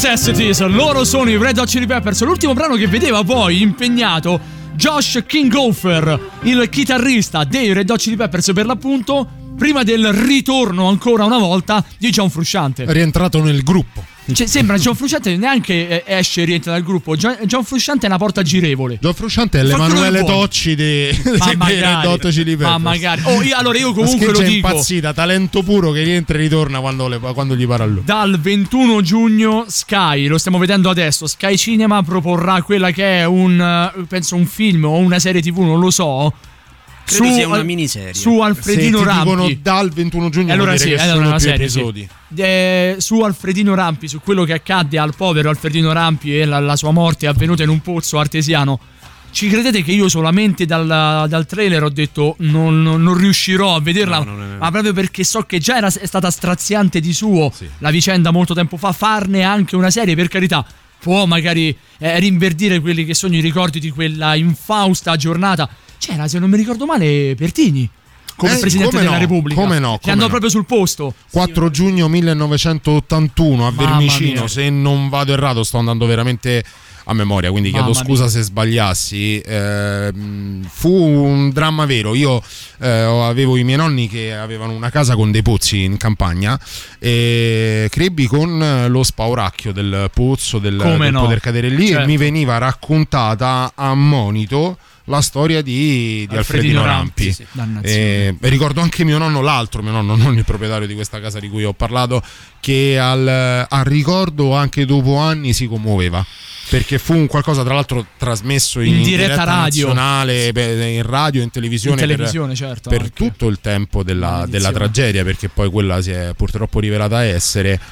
Yes it is, loro sono i Red Hot Chili Peppers. L'ultimo brano che vedeva poi impegnato Josh Klinghoffer, il chitarrista dei Red Hot Chili Peppers per l'appunto, prima del ritorno ancora una volta di John Frusciante. È rientrato nel gruppo. Cioè, sembra John Frusciante neanche eh, esce e rientra dal gruppo. John, John Frusciante è una porta girevole. John Frusciante è l'Emanuele Tocci dei Red Hot Chili Peppers. Ma magari. Oh, io, allora io comunque lo dico. È impazzita, talento puro che rientra e ritorna quando, le, quando gli pare a lui. Dal ventuno giugno Sky, lo stiamo vedendo adesso, Sky Cinema proporrà quella che è un, penso un film o una serie tivù, non lo so. Credo su, sia una miniserie. Su Alfredino Se ti Rampi. Dicono dal ventuno giugno, allora sì, che allora sono una più serie, episodi. Sì. Eh, su Alfredino Rampi, su quello che accadde al povero Alfredino Rampi e la, la sua morte avvenuta in un pozzo artesiano. Ci credete che io solamente dal, dal trailer ho detto non, non, non riuscirò a vederla, no, no, no, no. Ma proprio perché so che già era, è stata straziante di suo, sì, la vicenda molto tempo fa, farne anche una serie, per carità, può magari eh, rinverdire quelli che sono i ricordi di quella infausta giornata. C'era, se non mi ricordo male, Pertini come eh, Presidente come della no, Repubblica. Come no? Che andò no. proprio sul posto. quattro giugno millenovecentottantuno a Mamma Vermicino, mia. Se non vado errato, sto andando veramente a memoria, quindi Mamma chiedo scusa mia. se sbagliassi. Eh, fu un dramma vero. Io eh, avevo i miei nonni che avevano una casa con dei pozzi in campagna e crebbi con lo spauracchio del pozzo, del, del no? poter cadere lì, Certo. e mi veniva raccontata a monito la storia di, di Alfredino, Alfredino Rampi, Rampi. Sì, e ricordo anche mio nonno, l'altro mio nonno, non il proprietario di questa casa di cui ho parlato, che al, al ricordo anche dopo anni si commuoveva, perché fu un qualcosa tra l'altro trasmesso in, in diretta, diretta radio nazionale, in radio, in televisione, in televisione per, certo, per tutto il tempo della, della tragedia, perché poi quella si è purtroppo rivelata essere,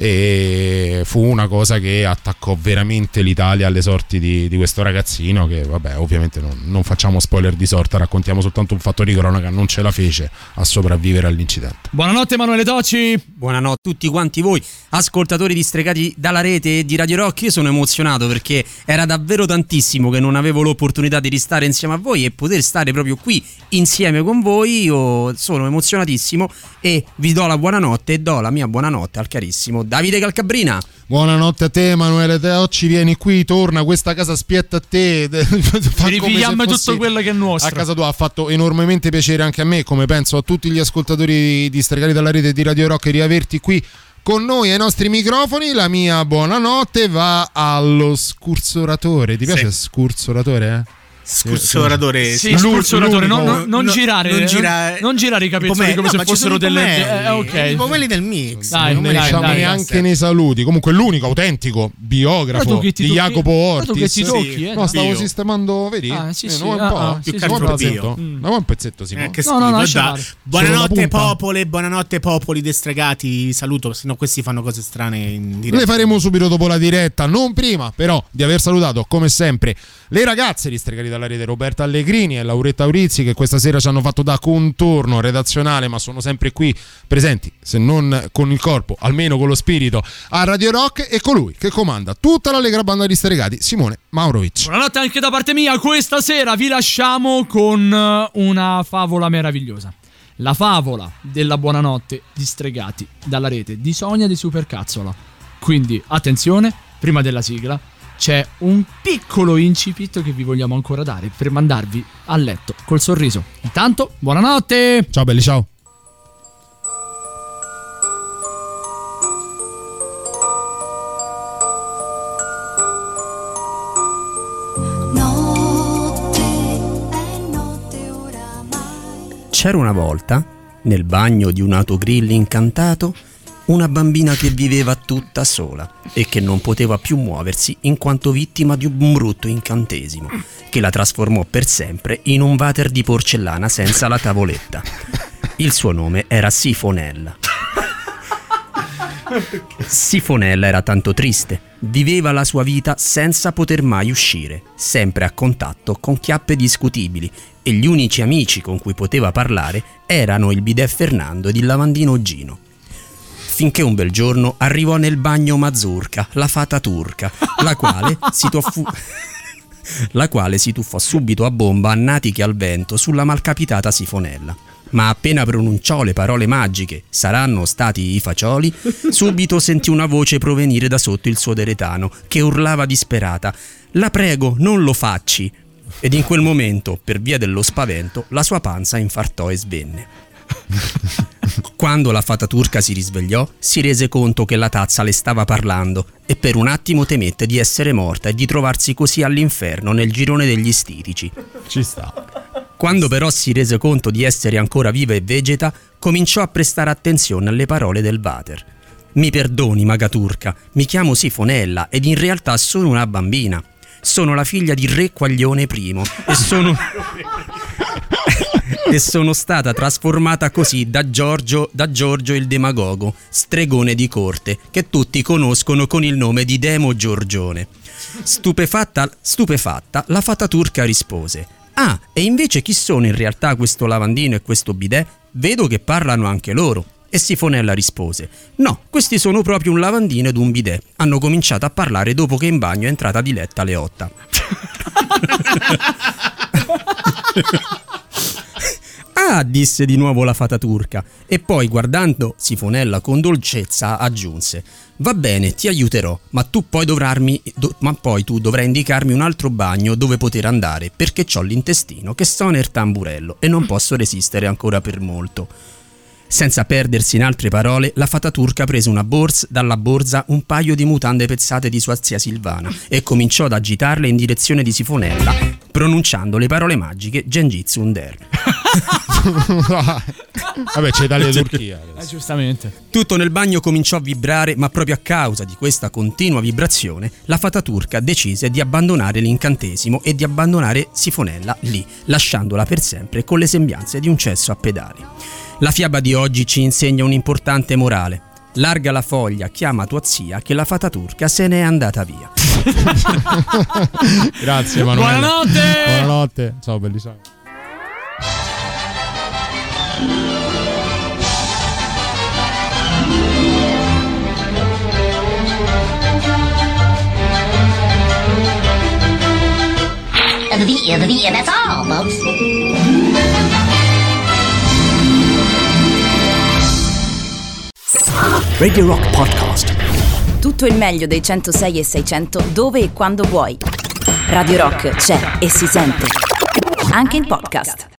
e fu una cosa che attaccò veramente l'Italia alle sorti di, di questo ragazzino, che vabbè, ovviamente non, non facciamo spoiler di sorta, raccontiamo soltanto un fatto di cronaca, non ce la fece a sopravvivere all'incidente. Buonanotte Emanuele Tocci. Buonanotte a tutti quanti voi ascoltatori distregati dalla rete di Radio Rock. Io sono emozionato perché era davvero tantissimo che non avevo l'opportunità di restare insieme a voi e poter stare proprio qui insieme con voi. Io sono emozionatissimo e vi do la buonanotte e do la mia buonanotte al carissimo Davide Calcabrina. Buonanotte a te Emanuele Tocci, vieni qui, torna, questa casa spietta a te. Ripigliamo tutto quello che è nostro. A casa tua. Ha fatto enormemente piacere anche a me, come penso a tutti gli ascoltatori distregati dalla rete di Radio Rock, riaverti qui con noi ai nostri microfoni. La mia buonanotte va allo scurzoratore. Ti piace sì. Scurzoratore? Eh? Scurzoratore, sì, scurzoratore, non, non, non no, girare, non, gira... non girare i capezzoli come no, se fossero delle eh, okay. i pomelli del mix. Dai, non dai, diciamo dai, neanche dai. nei saluti. Comunque l'unico autentico biografo di tocchi, Jacopo Ortis. Che ti tocchi, eh, no, stavo bio. sistemando, vedi? Ah, sì, eh, sì, no, un ah, po', ah, più sì, che un pezzetto. Mm. Un pezzetto si eh, può. No, no, no, no, buonanotte popole, buonanotte popoli destregati. Vi saluto, se no questi fanno cose strane in diretta. Le faremo subito dopo la diretta, non prima però di aver salutato come sempre le ragazze distregati dalla rete, Roberta Allegrini e Lauretta Aurizzi, che questa sera ci hanno fatto da contorno redazionale, ma sono sempre qui presenti, se non con il corpo, almeno con lo spirito, a Radio Rock, e colui che comanda tutta l'allegra banda di stregati, Simone Maurovic. Buonanotte anche da parte mia. Questa sera vi lasciamo con una favola meravigliosa, la favola della buonanotte di stregati dalla rete di Sonia di Supercazzola. Quindi attenzione, prima della sigla c'è un piccolo incipit che vi vogliamo ancora dare per mandarvi a letto col sorriso. Intanto, buonanotte! Ciao belli, ciao! C'era una volta, nel bagno di un autogrill incantato, una bambina che viveva tutta sola e che non poteva più muoversi in quanto vittima di un brutto incantesimo che la trasformò per sempre in un water di porcellana senza la tavoletta. Il suo nome era Sifonella. Sifonella era tanto triste, viveva la sua vita senza poter mai uscire, sempre a contatto con chiappe discutibili, e gli unici amici con cui poteva parlare erano il bidet Fernando ed il lavandino Gino. Finché un bel giorno arrivò nel bagno Mazurka, la fata turca, la quale si tuffò la quale si tuffò subito a bomba a natiche al vento sulla malcapitata Sifonella. ma appena pronunciò le parole magiche "saranno stati i fagioli", subito sentì una voce provenire da sotto il suo deretano, che urlava disperata: "La prego, non lo facci!" Ed in quel momento, per via dello spavento, la sua panza infartò e svenne. Quando la fata turca si risvegliò, si rese conto che la tazza le stava parlando e per un attimo temette di essere morta e di trovarsi così all'inferno nel girone degli stitici. Ci sta. Quando però si rese conto di essere ancora viva e vegeta, cominciò a prestare attenzione alle parole del Vater. "Mi perdoni, maga turca, mi chiamo Sifonella ed in realtà sono una bambina. Sono la figlia di Re Quaglione I e sono... e sono stata trasformata così da Giorgio, da Giorgio il demagogo, stregone di corte, che tutti conoscono con il nome di Demo Giorgione." Stupefatta, stupefatta, la fata turca rispose: "Ah, e invece chi sono in realtà questo lavandino e questo bidet? Vedo che parlano anche loro." E Sifonella rispose: "No, questi sono proprio un lavandino ed un bidet. Hanno cominciato a parlare dopo che in bagno è entrata Diletta Leotta." "Ah", disse di nuovo la fata turca, e poi, guardando Sifonella con dolcezza, aggiunse: "Va bene, ti aiuterò, ma tu poi dovrarmi, do, ma poi tu dovrai indicarmi un altro bagno dove poter andare, perché c'ho l'intestino che suona il tamburello e non posso resistere ancora per molto." Senza perdersi in altre parole, la fata turca prese una borsa, dalla borsa un paio di mutande pezzate di sua zia Silvana e cominciò ad agitarle in direzione di Sifonella, pronunciando le parole magiche Gengis Under. Vabbè, c'è dalle Turchia. Eh, giustamente. Tutto nel bagno cominciò a vibrare, ma proprio a causa di questa continua vibrazione, la fata turca decise di abbandonare l'incantesimo e di abbandonare Sifonella lì, lasciandola per sempre con le sembianze di un cesso a pedali. La fiaba di oggi ci insegna un'importante morale. Larga la foglia, chiama tua zia che la fata turca se n'è andata via. Grazie Emanuele. Buonanotte. Buonanotte. Ciao bellissimo. The beer, the beer, that's all, folks. Radio Rock Podcast. Tutto il meglio dei centosei e seicento dove e quando vuoi. Radio Rock c'è e si sente. Anche in podcast.